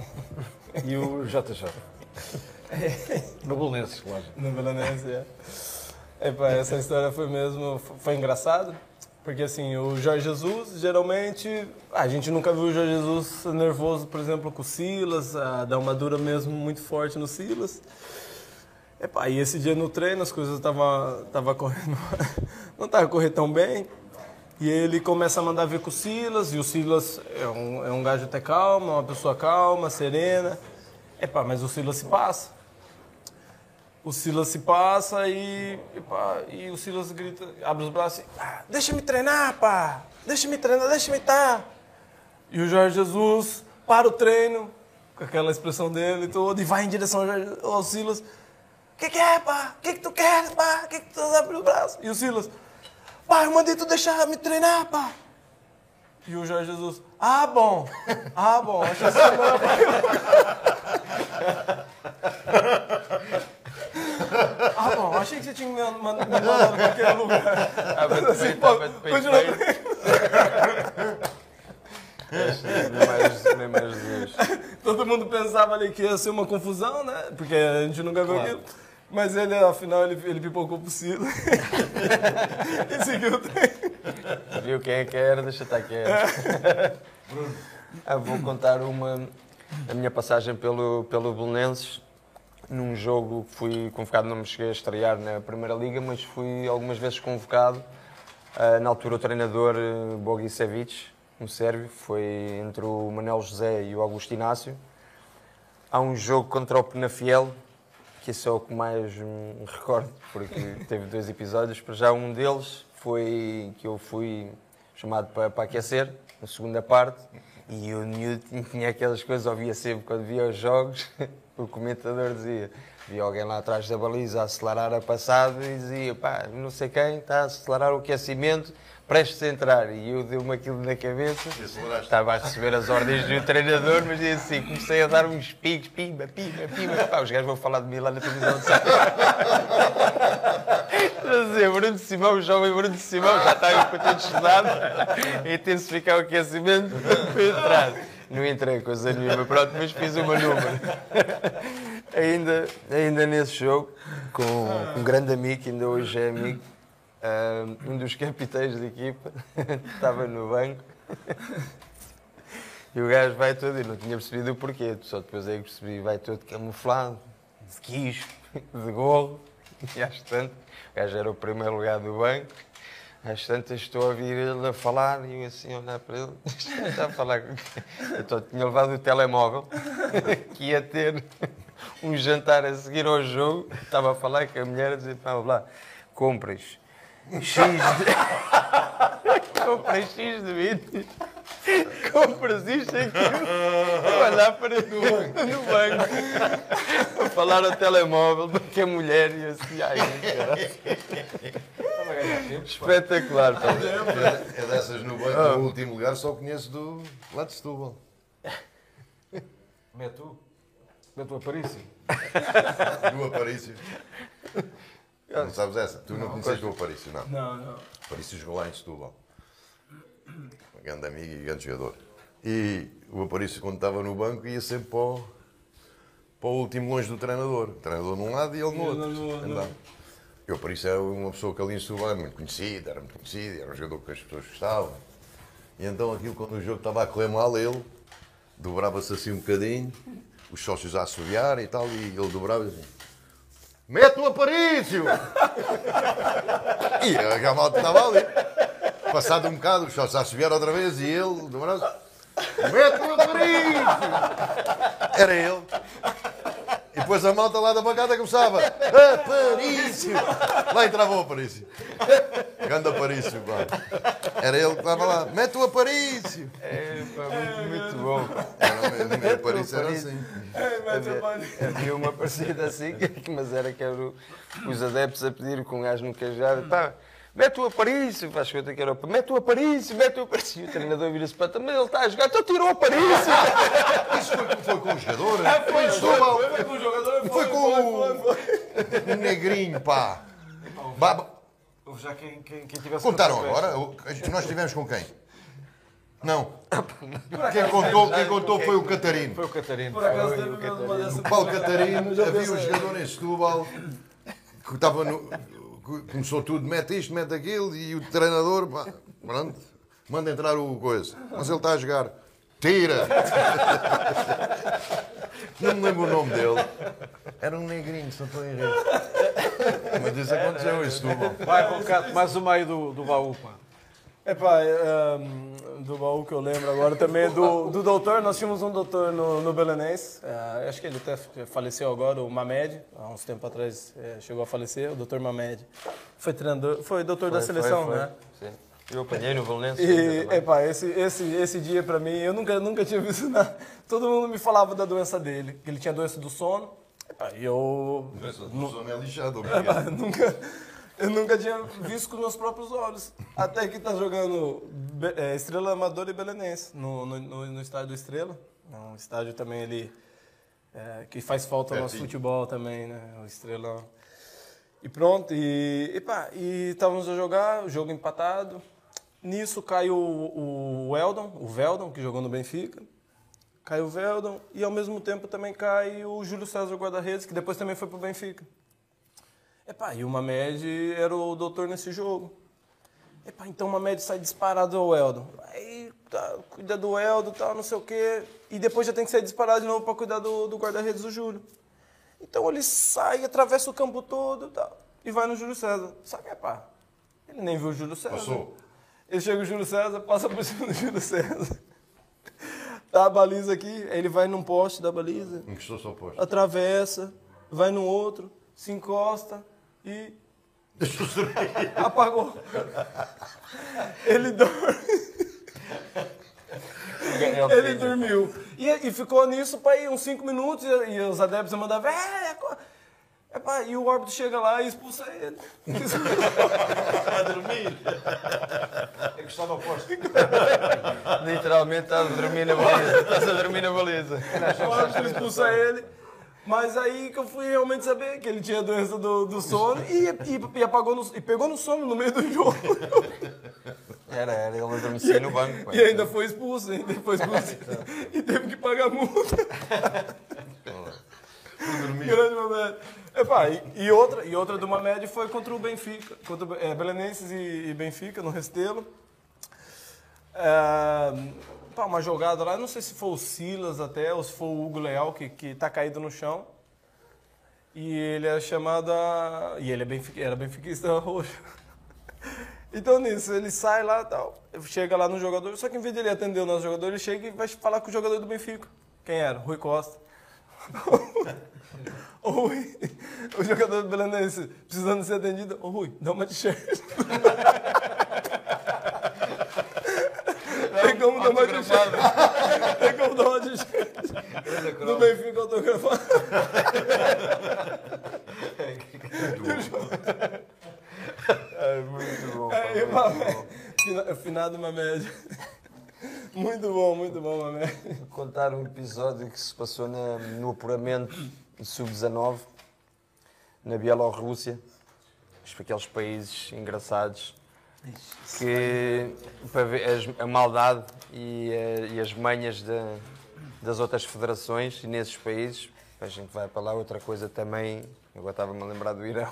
e o JJ. No Belenenses, claro. No Belenenses, é. Epa, essa história foi engraçada, porque assim, o Jorge Jesus, geralmente, a gente nunca viu o Jorge Jesus nervoso, por exemplo, com o Silas, dar uma dura mesmo muito forte no Silas. Epa, e esse dia no treino as coisas tava correndo, não estavam correndo tão bem. E ele começa a mandar ver com o Silas, e o Silas é um gajo até calmo, uma pessoa calma, serena. Epa, mas o Silas se passa. O Silas se passa e o Silas grita, abre os braços e deixa-me treinar, pá! Deixa-me treinar, deixa-me estar! E o Jorge Jesus para o treino, com aquela expressão dele toda, e vai em direção ao Silas. O que é, pá? O que tu queres, pá? O que tu abre os braços? E o Silas, pá, eu mandei tu deixar me treinar, pá. E o Jorge Jesus, bom, acho que bom, achei que você tinha me mandado para aquele lugar. Assim, pô, continua. Nem mais Deus. Todo mundo pensava ali que ia ser uma confusão, né? Porque a gente nunca viu aquilo. Mas ele, afinal, ele pipocou pro Silas. E seguiu o treino. Viu quem é que era? Deixa estar quieto. Vou contar a minha passagem pelo Belenenses. Num jogo que fui convocado, não me cheguei a estrear na Primeira Liga, mas fui algumas vezes convocado. Na altura o treinador Bogicevic, um sérvio, foi entre o Manuel José e o Augusto Inácio. Há um jogo contra o Penafiel, que isso é o que mais me recordo, porque teve 2 episódios. Para já um deles foi que eu fui chamado para aquecer, na segunda parte, e o miúdo tinha aquelas coisas, ouvia sempre, quando via os jogos, o comentador dizia, via alguém lá atrás da baliza a acelerar a passada e dizia, pá, não sei quem, está a acelerar o aquecimento, prestes a entrar. E eu dei-me aquilo na cabeça, estava a receber as ordens do treinador, mas assim, comecei a dar uns picos, pimba, pimba, pimba. Pá, os gajos vão falar de mim lá na televisão. Dizer, Bruno Simão, o jovem Bruno Simão, já está com todo estudado, a intensificar o aquecimento para entrar. Não entrei coisa nenhuma, pronto, mas fiz o meu número. Ainda nesse jogo, com um grande amigo, que ainda hoje é amigo, um dos capitães da equipa, estava no banco, e o gajo vai todo, eu não tinha percebido o porquê, só depois é que percebi, vai todo camuflado, de quiche, de gorro, e às tantas, o gajo era o primeiro lugar do banco, às tantas estou a ouvir ele a falar e eu assim a olhar para ele, está a falar com eu tinha levado o telemóvel, que ia ter um jantar a seguir ao jogo, estava a falar com a mulher a dizer, pá, lá, compras compras X de vídeos, compras isto e aquilo, a olhar para no banco, a falar ao telemóvel, que a mulher e assim, ai, espetacular. Pá. É dessas no banco, no último lugar, só conheço do lá de Setúbal. Mete o Aparício. Do Aparício. Não sabes essa? Tu não conheces o Aparício, não? Não. O Aparício jogou lá em Setúbal. Um grande amigo e grande jogador. E o Aparício, quando estava no banco, ia sempre para o último longe do treinador. O treinador num lado e ele no outro. E o Aparício era uma pessoa que ali em Setúbal era muito conhecida, era um jogador que as pessoas gostavam. E então aquilo, quando o jogo estava a correr mal, ele dobrava-se assim um bocadinho, os sócios a assobiar e tal, e ele dobrava assim. Mete o Aparício! E a malta estava ali. Passado um bocado, os sócios a assobiar outra vez e ele dobrava-se. Mete o Aparício! Era ele. E depois a malta lá da bancada começava. Aparício! Lá entrava o Aparício. Grande Aparício, pá. Era ele que estava lá. Mete o Aparício! É, pá, muito bom. O Aparício era assim. Havia uma parecida assim, mas era que eram os adeptos a pedir com um gajo no cajado. Pá, mete o Aparício! Faz conta que era o mete o Aparício! Mete o Aparício! E o treinador vira-se para mas ele está a jogar, então tirou o Aparício! Isso foi com o jogador? Foi com o jogador? Foi com o negrinho, pá. Houve já quem tivesse... Contaram agora? Nós estivemos com quem? Não. Quem contou foi o Catarino. Foi o Catarino. Por acaso teve uma dessa. O Paulo Catarino, havia um jogador em Setúbal que estava no... Começou tudo, mete isto, mete aquilo, e o treinador, pá, pronto, manda entrar o coisa. Mas ele está a jogar. Tira! Não me lembro o nome dele. Era um negrinho, se não estou em erro. Mas isso aconteceu em Setúbal. Vai, Concato, mais uma aí do baú, pá. Epá, do baú que eu lembro agora também do doutor, nós tínhamos um doutor no Belenense, acho que ele até faleceu agora, o Mamed, há uns tempos atrás chegou a falecer, o doutor Mamed. Foi treinador, foi doutor da seleção, foi. né? Sim. Eu apanhei no Belenense. E, epá, esse dia pra mim, eu nunca tinha visto nada. Todo mundo me falava da doença dele, que ele tinha doença do sono. Epá, e eu... Doença do sono é lixado, epá, eu nunca tinha visto com meus próprios olhos. Até que tá jogando Estrela Amadora e Belenense, no estádio do Estrela. Um estádio também ali que faz falta ao nosso futebol também, né? O Estrela. E pronto, e estávamos a jogar, o jogo empatado. Nisso cai o Veldon, que jogou no Benfica. Cai o Veldon e ao mesmo tempo também cai o Júlio César guarda-redes, que depois também foi pro Benfica. E o Mamed era o doutor nesse jogo. Então o Mamed sai disparado ao Weldon. Aí cuida do Weldon, tal, não sei o quê. E depois já tem que sair disparado de novo para cuidar do guarda-redes do Júlio. Então ele sai, atravessa o campo todo e vai no Júlio César. Só que, ele nem viu o Júlio César. Passou. Ele chega o Júlio César, passa por cima do Júlio César. Tá a baliza aqui, aí ele vai num poste da baliza. Encostou-se ao posto. Atravessa, vai no outro, se encosta e... apagou. Ele dorme. Ele dormiu. E ficou nisso para ir uns 5 minutos e os adeptos mandavam... e o árbitro chega lá e expulsa ele. A dormir. É que está no oposto. Literalmente estás a dormir na baliza. Estás a dormir na baliza. O árbitro expulsa ele. Mas aí que eu fui realmente saber que ele tinha doença do sono e apagou e pegou no sono no meio do jogo. Era, ele adormecia no banco. E ainda foi expulso, e teve que pagar multa. Grande Mamed. E outra do Mamed foi contra o Benfica, contra Belenenses e Benfica, no Restelo. Uma jogada lá, não sei se foi o Silas até, ou se foi o Hugo Leal, que tá caído no chão. E ele é chamado e ele era benfiquista roxo. Então nisso, ele sai lá e tal, chega lá no jogador, só que em vez de ele atender o nosso jogador, ele chega e vai falar com o jogador do Benfica. Quem era? Rui Costa. Ô Rui, o jogador do Belenense precisando ser atendido. Ô Rui, dá uma t-shirt. Tem como dar uma t-shirt. Tem como dar uma t-shirt. Do Benfica autografado. Muito bom. Afinado Mamed. Muito bom, Mamed. Vou contar um episódio que se passou no apuramento sub-19 na Bielorrússia, aqueles países engraçados que para ver a maldade e as manhas das outras federações e nesses países. A gente vai para lá, outra coisa também. Agora estava-me a lembrar do Irão.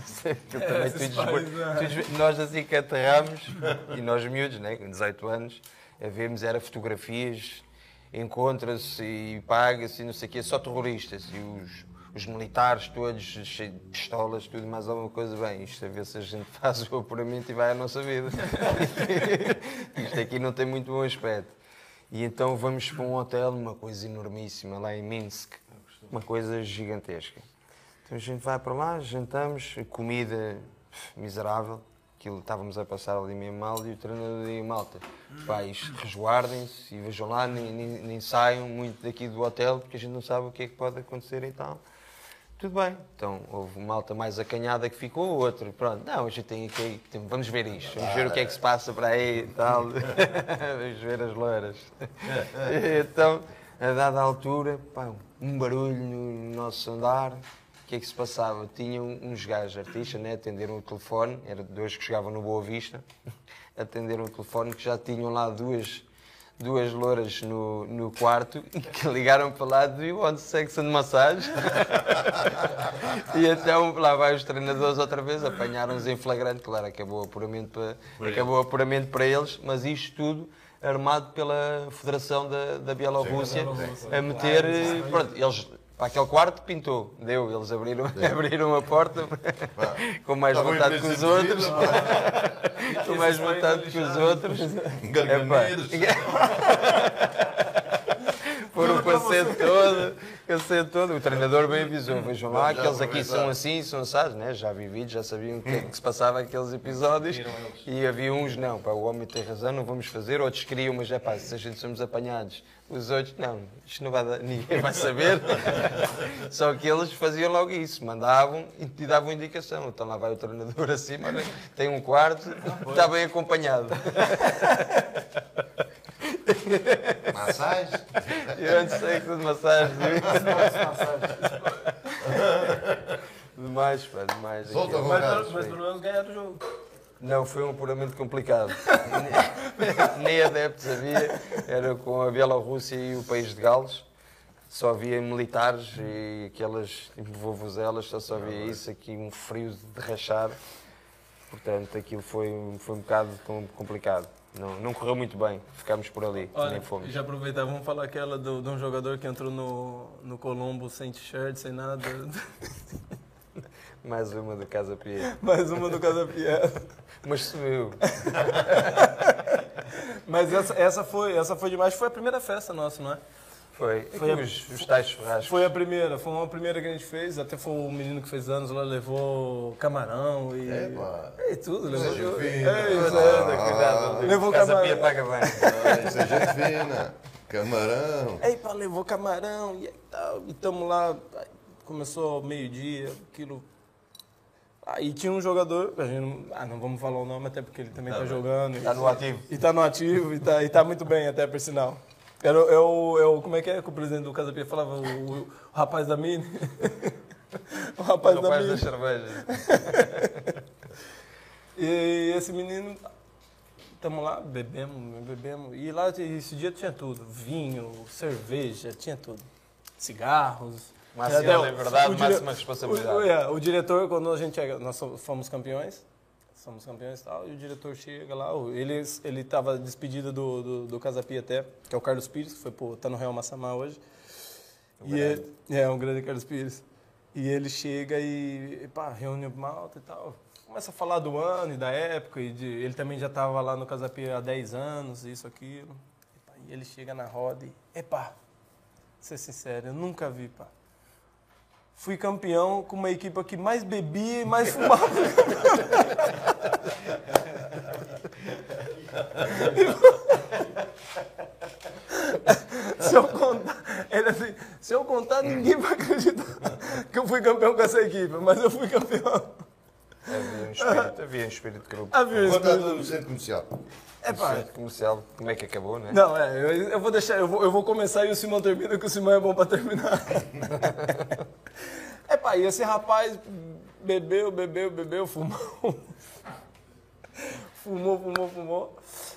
Nós assim que aterramos, e nós miúdos, né, com 18 anos, a vermos era fotografias, encontra-se e paga-se e não sei o quê, só terroristas. E os militares todos cheios de pistolas, tudo mais alguma coisa. Bem, isto a ver se a gente faz o apuramento e vai à nossa vida. Isto aqui não tem muito bom aspecto. E então vamos para um hotel, uma coisa enormíssima, lá em Minsk. Uma coisa gigantesca. Então a gente vai para lá, jantamos, comida miserável. Aquilo estávamos a passar ali meio mal e o treinador dizia: malta, pais, resguardem-se e vejam lá, nem saiam muito daqui do hotel porque a gente não sabe o que é que pode acontecer e tal. Tudo bem. Então houve uma malta mais acanhada que ficou, outro, pronto, não, a gente tem aqui, vamos ver isto, vamos ver o que é que se passa para aí e tal. Vamos ver as loiras. Então, a dada altura, um barulho no nosso andar. O que é que se passava? Tinham uns gajos artistas, né? Atenderam o telefone, eram 2 que chegavam no Boa Vista, atenderam o telefone, que já tinham lá duas louras no quarto e que ligaram para lá de onde section de massagem. E então lá vai os treinadores outra vez, apanharam-nos em flagrante, claro, acabou o apuramento para eles, mas isto tudo armado pela Federação da Bielorrússia a meter, pronto, eles... Para aquele quarto pintou, eles abriram a porta com mais vontade que os outros. Com mais vontade que os outros. Foram o cacete todo. O treinador bem avisou, vejam lá, que eles aqui são assim, são assados, né? Já vividos, já sabiam o que é que se passava naqueles episódios. E havia uns, não, o homem tem razão, não vamos fazer, outros queriam, mas se a gente somos apanhados. Os outros, não, isto não vai dar, ninguém vai saber. Só que eles faziam logo isso, mandavam e te davam indicação. Então lá vai o treinador acima, tem um quarto, está bem acompanhado. Massagem? Eu antes sei que tudo massagem. Demais, pá, demais. Mas pelo menos ganharam o jogo. Não, foi um apuramento complicado. Nem adeptos havia. Era com a Bielorrússia e o país de Gales. Só havia militares e aquelas vovozelas, só havia isso, aqui um frio de rachar. Portanto, aquilo foi um bocado complicado. Não correu muito bem, ficámos por ali, nem fomos. Já aproveitar, vamos falar aquela de um jogador que entrou no Colombo sem t-shirt, sem nada. Mais uma do Casa Pia. Mais uma do Casa Pia. Mas sumiu. Mas essa foi demais. Foi a primeira festa nossa, não é? Foi os tais churrascos. Foi uma primeira que a gente fez, até foi o menino que fez anos lá, levou camarão e tudo. Levou Seja fina. Cuidado, levou Casa camarão. Pia paga bem. Isso é gente fina. Camarão. Ei, pá, levou camarão e tal. E tamo lá, começou meio-dia, aquilo. Aí tinha um jogador, a gente não vamos falar o nome, até porque ele também tá jogando. Está no ativo. E tá no ativo, e tá muito bem, até por sinal. Como é que o presidente do Casa Pia falava? O rapaz da Mini? O rapaz da Mini. da cerveja. E esse menino, estamos lá, bebemos. E lá esse dia tinha tudo: vinho, cerveja, tinha tudo. Cigarros. Máxima liberdade, máxima responsabilidade. O diretor, quando nós fomos campeões e tal, e o diretor chega lá, ele estava despedido do Casa Pia até, que é o Carlos Pires, que tá no Real Massamá hoje. Um grande Carlos Pires. E ele chega e reúne o malta e tal. Começa a falar do ano e da época, ele também já estava lá no Casa Pia há 10 anos, isso, aquilo. E ele chega na roda e, ser sincero, eu nunca vi, fui campeão com uma equipe que mais bebia e mais fumava. Se eu contar, ninguém vai acreditar que eu fui campeão com essa equipe, mas eu fui campeão. Havia um espírito de grupo. Conta no centro comercial. Centro comercial, como é que acabou, né? Não, eu vou deixar, eu vou começar e o Simão termina, que o Simão é bom para terminar. E esse rapaz bebeu, fumou. Fumou.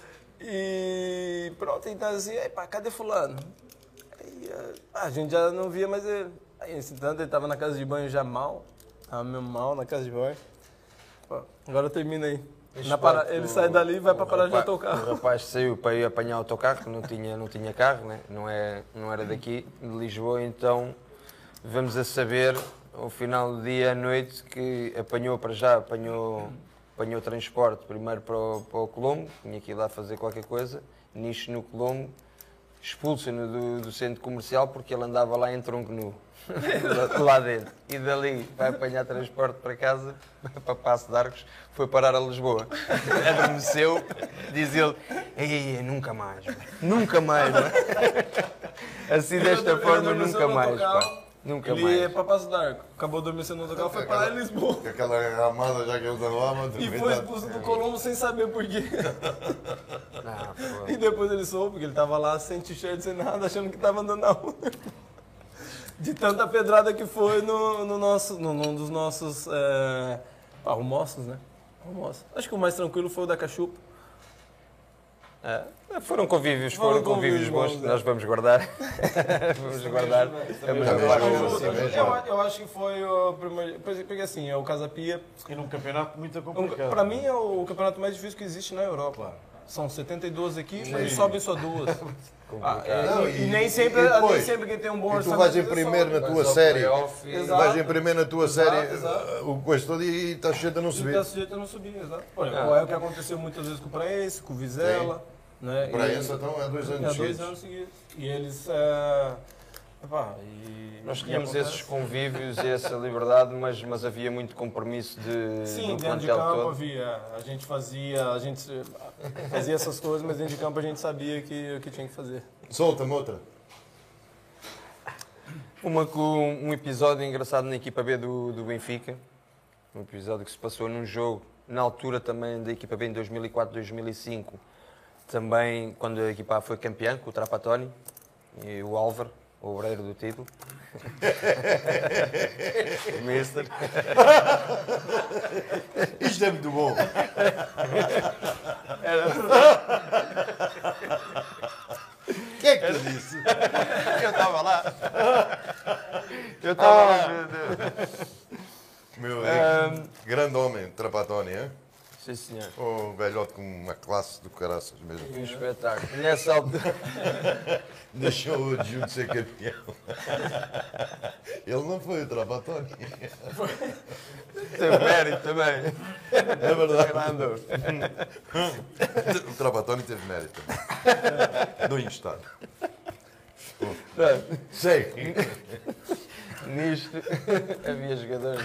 E pronto, então assim, cadê fulano? Aí, a gente já não via mais ele. Aí, esse tanto, ele tava na casa de banho já mal. Tava mesmo mal na casa de banho. Agora termina aí. Ele sai dali e vai para parar de autocarro. O rapaz saiu para ir apanhar o autocarro, que não tinha carro, né? Não era daqui, de Lisboa, então vamos a saber, ao final do dia, à noite, que apanhou transporte primeiro para o Colombo, tinha que ir lá fazer qualquer coisa, nisto no Colombo, expulsa-no do centro comercial porque ele andava lá em tronco nu, lá dentro. E dali vai apanhar transporte para casa, para Passo de Arcos, foi parar a Lisboa. Adormeceu, diz ele, ei, nunca mais. Assim desta forma, nunca mais. Nunca ele mais. Ia para Passo de Arcos, acabou adormecendo no autocarro, foi parar em Lisboa. Com aquela ramada já que ele estava lá, E foi expulso do Colombo sem saber por quê. E depois ele soube, porque ele estava lá sem t-shirt, sem nada, achando que estava andando na rua. De tanta pedrada que foi num dos nossos almoços, né? Acho que o mais tranquilo foi o da Cachupa. Foram convívios bons que nós vamos guardar. Vamos guardar. Eu acho que foi o primeiro. Porque assim, é o Casa Pia. E num campeonato muito complicado. Para mim é o campeonato mais difícil que existe na Europa. São 72 equipes e sobem só duas. E nem sempre quem tem um bom orçamento. Tu vais em primeiro na tua série. Vais em primeiro na tua série, o coisa todo, e estás sujeito a não subir. Está sujeito a não subir, exato. É o que aconteceu muitas vezes com o Praense, com o Vizela. Né? Para isso, então, é 2 anos seguidos. 2 anos seguidos. E eles. Nós tínhamos esses convívios e essa liberdade, mas havia muito compromisso Sim, dentro de campo todo. Havia. A gente fazia essas coisas, mas dentro de campo a gente sabia o que tinha que fazer. Solta-me outra. Um episódio engraçado na equipa B do Benfica. Um episódio que se passou num jogo, na altura também da equipa B, em 2004, 2005. Também quando a equipa A foi campeã, com o Trapattoni e o Álvaro, o obreiro do título. O Mister. Isto é muito bom. O que é que tu disse? Eu estava lá. Meu grande homem, Trapattoni, hein? Sim, senhor. Um velhote com uma classe do caraças mesmo. Um espetáculo. Nessa altura. Deixou o adjunto ser campeão. Ele não foi o Trapattoni. Teve mérito também. É verdade. O Trapattoni teve mérito também. Do Estado. Segue. Nisto, havia jogadores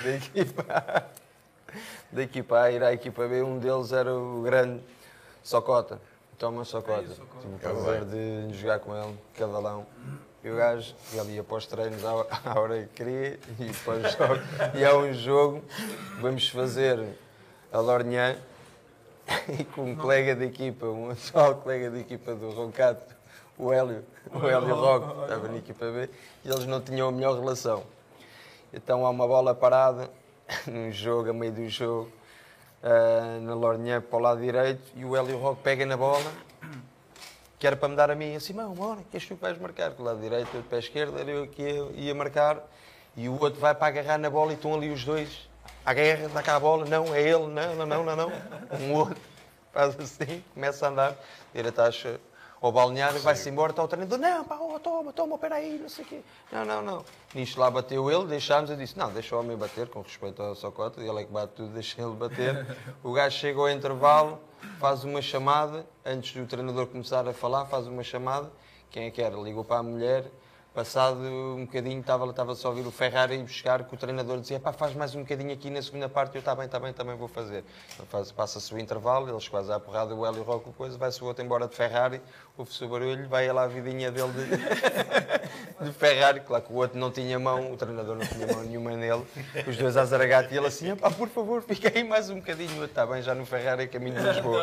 da equipa A ir à equipa B. Um deles era o grande Socota, Thomas Socota. Tive o prazer de jogar com ele, cavalão. E o gajo, ele ia para os treinos à hora que queria e depois jogo. E há um jogo, vamos fazer a Lornhã e com um colega de equipa, um atual colega de equipa do Roncato, o Hélio Roque, estava na equipa B, e eles não tinham a melhor relação. Então há uma bola parada num jogo, a meio do jogo, na Lornhã para o lado direito, e o Hélio Roque pega na bola, que era para me dar a mim, assim, mano, bora, que és tu que vais marcar, com o lado direito, eu de pé esquerdo, era eu que ia marcar, e o outro vai para agarrar na bola e estão ali os dois, à guerra, dá cá a bola, não, é ele, não. Um outro faz assim, começa a andar, direto ao balneário, vai-se embora, está o treinador, não, pá, toma, peraí, não sei o quê. Não. Nisto lá bateu ele, deixámos, eu disse, não, deixa o homem bater, com respeito ao Socota, ele é que bate tudo, deixa ele bater. O gajo chega ao intervalo, faz uma chamada, antes do treinador começar a falar, faz uma chamada, quem é que era? Ligou para a mulher, passado um bocadinho, estava só a ouvir o Ferrari ir buscar, que o treinador dizia, pá, faz mais um bocadinho aqui na segunda parte, eu, está bem, também vou fazer. Passa-se o intervalo, eles quase à porrada, o Hélio Roque, coisa, vai-se o outro embora de Ferrari, ouve-se o barulho, vai lá a vidinha dele de Ferrari, claro que o outro não tinha mão, o treinador não tinha mão nenhuma nele, os dois a zaragato, e ele assim, pá, por favor, fica aí mais um bocadinho, o outro, está bem, já no Ferrari, caminho de Lisboa.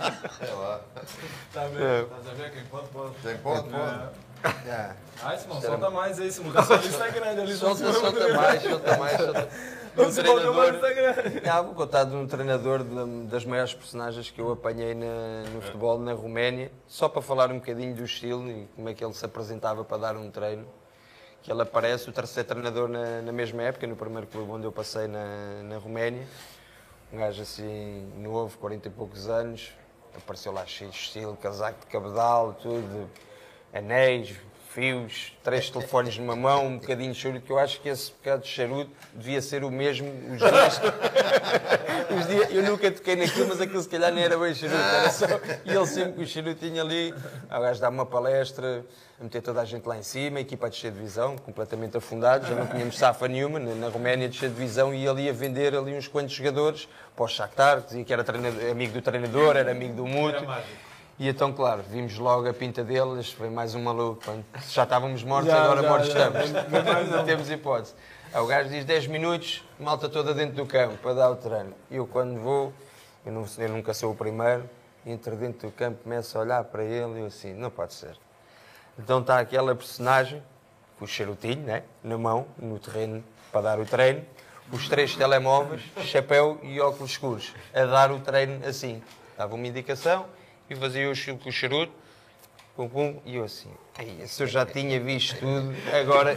Tá vendo? Estás a ver quem pode? Quem pode. Simão, solta mais aí, Simão. O lista é grande ali. Solta mais. Não se voltou mais no Instagram. Vou contar de um treinador das maiores personagens que eu apanhei no futebol na Roménia, só para falar um bocadinho do estilo e como é que ele se apresentava para dar um treino. Que ele aparece, o terceiro treinador na mesma época, no primeiro clube onde eu passei na Roménia. Um gajo assim, novo, 40 e poucos anos, apareceu lá cheio de estilo, casaco de cabedal, tudo, anéis, fios, 3 telefones numa mão, um bocadinho de charuto, que eu acho que esse bocado de charuto devia ser o mesmo os dias. Eu nunca toquei naquilo, mas aquilo se calhar nem era bem charuto, era só. E ele sempre com o charutinho ali, o gajo dá uma palestra, a meter toda a gente lá em cima, a equipa a descer de divisão, completamente afundado, já não tínhamos safa nenhuma, na Roménia descer de divisão, e ele ia vender ali uns quantos jogadores para o Shakhtar, dizia que era amigo do treinador, era amigo do mútuo. E então, claro, vimos logo a pinta deles, foi mais um maluco. Já estávamos mortos, agora mortos estamos. Não temos hipótese. O gajo diz 10 minutos, malta toda dentro do campo para dar o treino. E eu, quando vou, eu nunca sou o primeiro, entro dentro do campo, começo a olhar para ele e eu assim, não pode ser. Então está aquela personagem, com o charutinho, né, na mão, no terreno, para dar o treino, os 3 telemóveis, chapéu e óculos escuros, a dar o treino assim. Dava uma indicação e fazia o charuto, pum, pum, e eu assim, se eu já tinha visto tudo, agora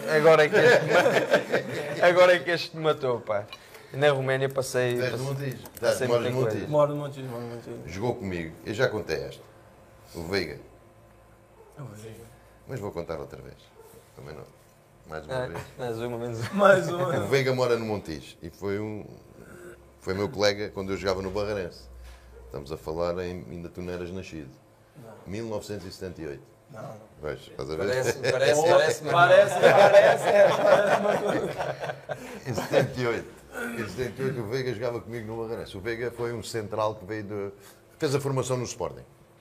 é que este me matou, pá. Na Roménia passei muita coisa. Moro no Montijo. Jogou comigo, eu já contei esta. O Veiga. Mas vou contar outra vez. Também não. Mais uma vez. Mais uma. O Veiga mora no Montijo e foi meu colega quando eu jogava no Barreirense. Estamos a falar ainda tu não eras nascido. 1978. Não. Pois, estás a ver? Parece. Em 78. Em 78 o Veiga jogava comigo no Barreirense. O Veiga foi um central que fez a formação no Sporting.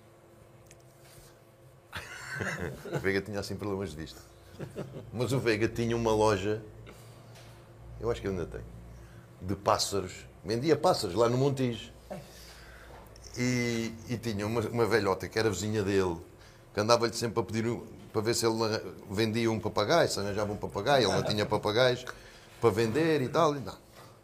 O Veiga tinha assim problemas de vista. Mas o Veiga tinha uma loja, eu acho que ainda tem, de pássaros. Vendia pássaros lá no Montijo. E tinha uma velhota que era vizinha dele, que andava-lhe sempre a pedir para ver se ele vendia um papagaio, se arranjava um papagaio, ele não tinha papagaios para vender e tal. E não.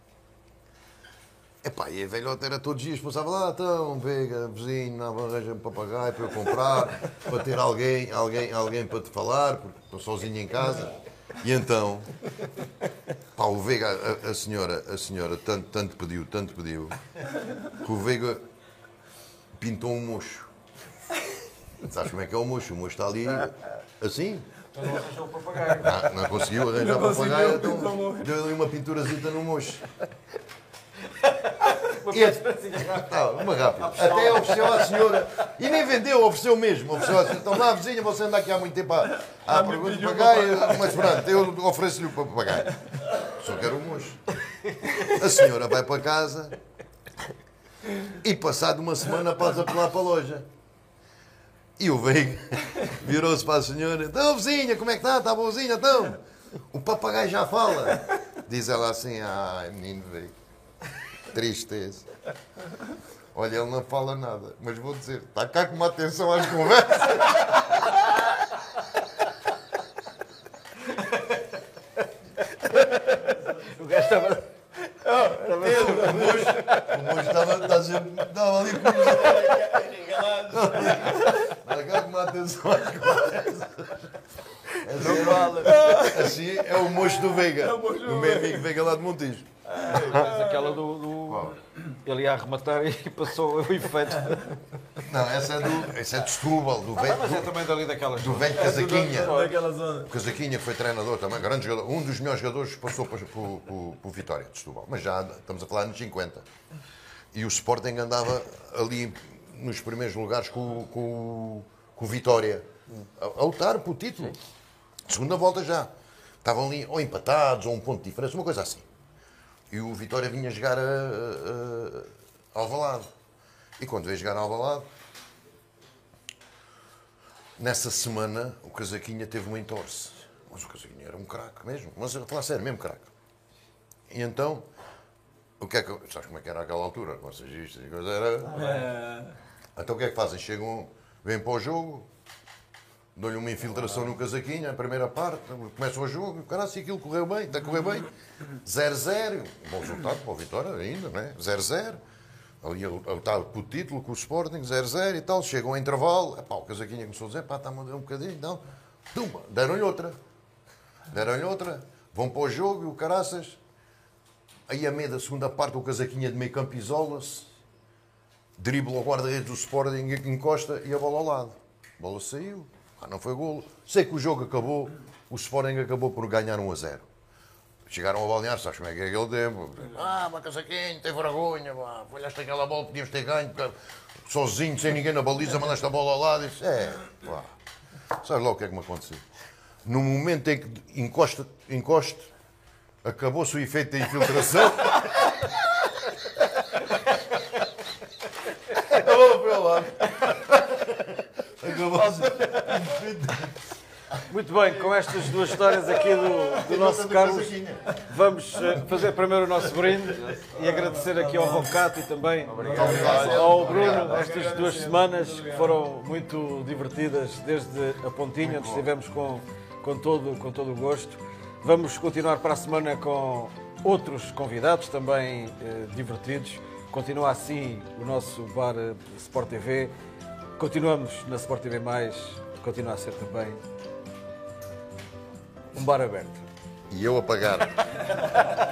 Epá, e a velhota era todos os dias, passava lá, então, Veiga, vizinho, arranja um papagaio para eu comprar, para ter alguém para te falar, porque estou sozinho em casa. E então, pá, o Veiga, a senhora tanto pediu, que o Veiga pintou um mocho. Sabes como é que é o mocho? O mocho está ali, assim. Então não arranjou o papagaio. Não conseguiu arranjar o papagaio, então deu ali uma pinturazita no mocho. Uma rápida. Até ofereceu à senhora, e nem vendeu, ofereceu mesmo. Ofereceu à senhora, então lá, vizinha, você anda aqui há muito tempo à pergunta de papagaio, mas pronto, eu ofereço-lhe o papagaio. Só quero o mocho. A senhora vai para casa e, passado uma semana, passa por lá para a loja. E o Veiga virou-se para a senhora, então, vizinha, como é que está? Está boazinha, então? O papagaio já fala. Diz ela assim, ai, menino Veiga, tristeza. Olha, ele não fala nada, mas vou dizer, está cá com uma atenção às conversas. O gajo estava... O moço estava ali com está cá com uma atenção às conversas. Assim é o mocho do Veiga, do meu amigo Veiga lá de Montijo. Mas aquela do... Ele ia arrematar e passou o efeito. Não, essa é de Setúbal, do velho. Mas é também dali daquelas... Do velho Casaquinha. Daquela zona. O Casaquinha foi treinador também, grande jogador. Um dos melhores jogadores passou por Vitória de Setúbal. Mas já estamos a falar nos 50. E o Sporting andava ali nos primeiros lugares com o Vitória. A lutar por título. Segunda volta já. Estavam ali ou empatados, ou um ponto de diferença, uma coisa assim. E o Vitória vinha jogar a Alvalade. E quando veio jogar a Alvalade, nessa semana o Casaquinha teve uma entorse. Mas o Casaquinha era um craque mesmo. Mas eu falar sério, mesmo craque. E então, o que é que... Sabes como é que era aquela altura? Massagistas e coisa era... Então o que é que fazem? Chegam, vêm para o jogo, dão-lhe uma infiltração no Casaquinha, a primeira parte, começam o jogo, caralho, se aquilo correu bem, está a correr bem. 0-0, bom resultado para o Vitória ainda, não é? 0-0. Ali a lutar por título com o Sporting, 0-0 e tal. Chegam ao intervalo, epá, o Casaquinha começou a dizer, pá, está-me a dar um bocadinho, não. Tumba, deram-lhe outra. Deram-lhe outra. Vão para o jogo e o caraças. Aí a meio da segunda parte o Casaquinha de meio campo isola-se, dribla o guarda-redes do Sporting, encosta e a bola ao lado. A bola saiu. Não foi golo. Sei que o jogo acabou, o Sporting acabou por ganhar 1-0. Chegaram a balnear, sabes como é que é aquele tempo? Mas Casaquinho, tem vergonha, falhaste aquela bola, podíamos ter ganho, sozinho, sem ninguém na baliza, mandaste a bola ao lado. Disse, sabes lá o que é que me aconteceu? No momento em que encosto, acabou-se o efeito da infiltração. A bola foi ao lado. Acabou-se. Muito bem, com estas duas histórias aqui do nosso Carlos, vamos fazer primeiro o nosso brinde e agradecer aqui ao Roncato e também ao Bruno estas 2 semanas que foram muito divertidas desde a Pontinha, onde estivemos com todo o gosto. Vamos continuar para a semana com outros convidados também divertidos. Continua assim o nosso bar Sport TV. Continuamos na Sport TV+, continua a ser também um bar aberto. E eu a pagar.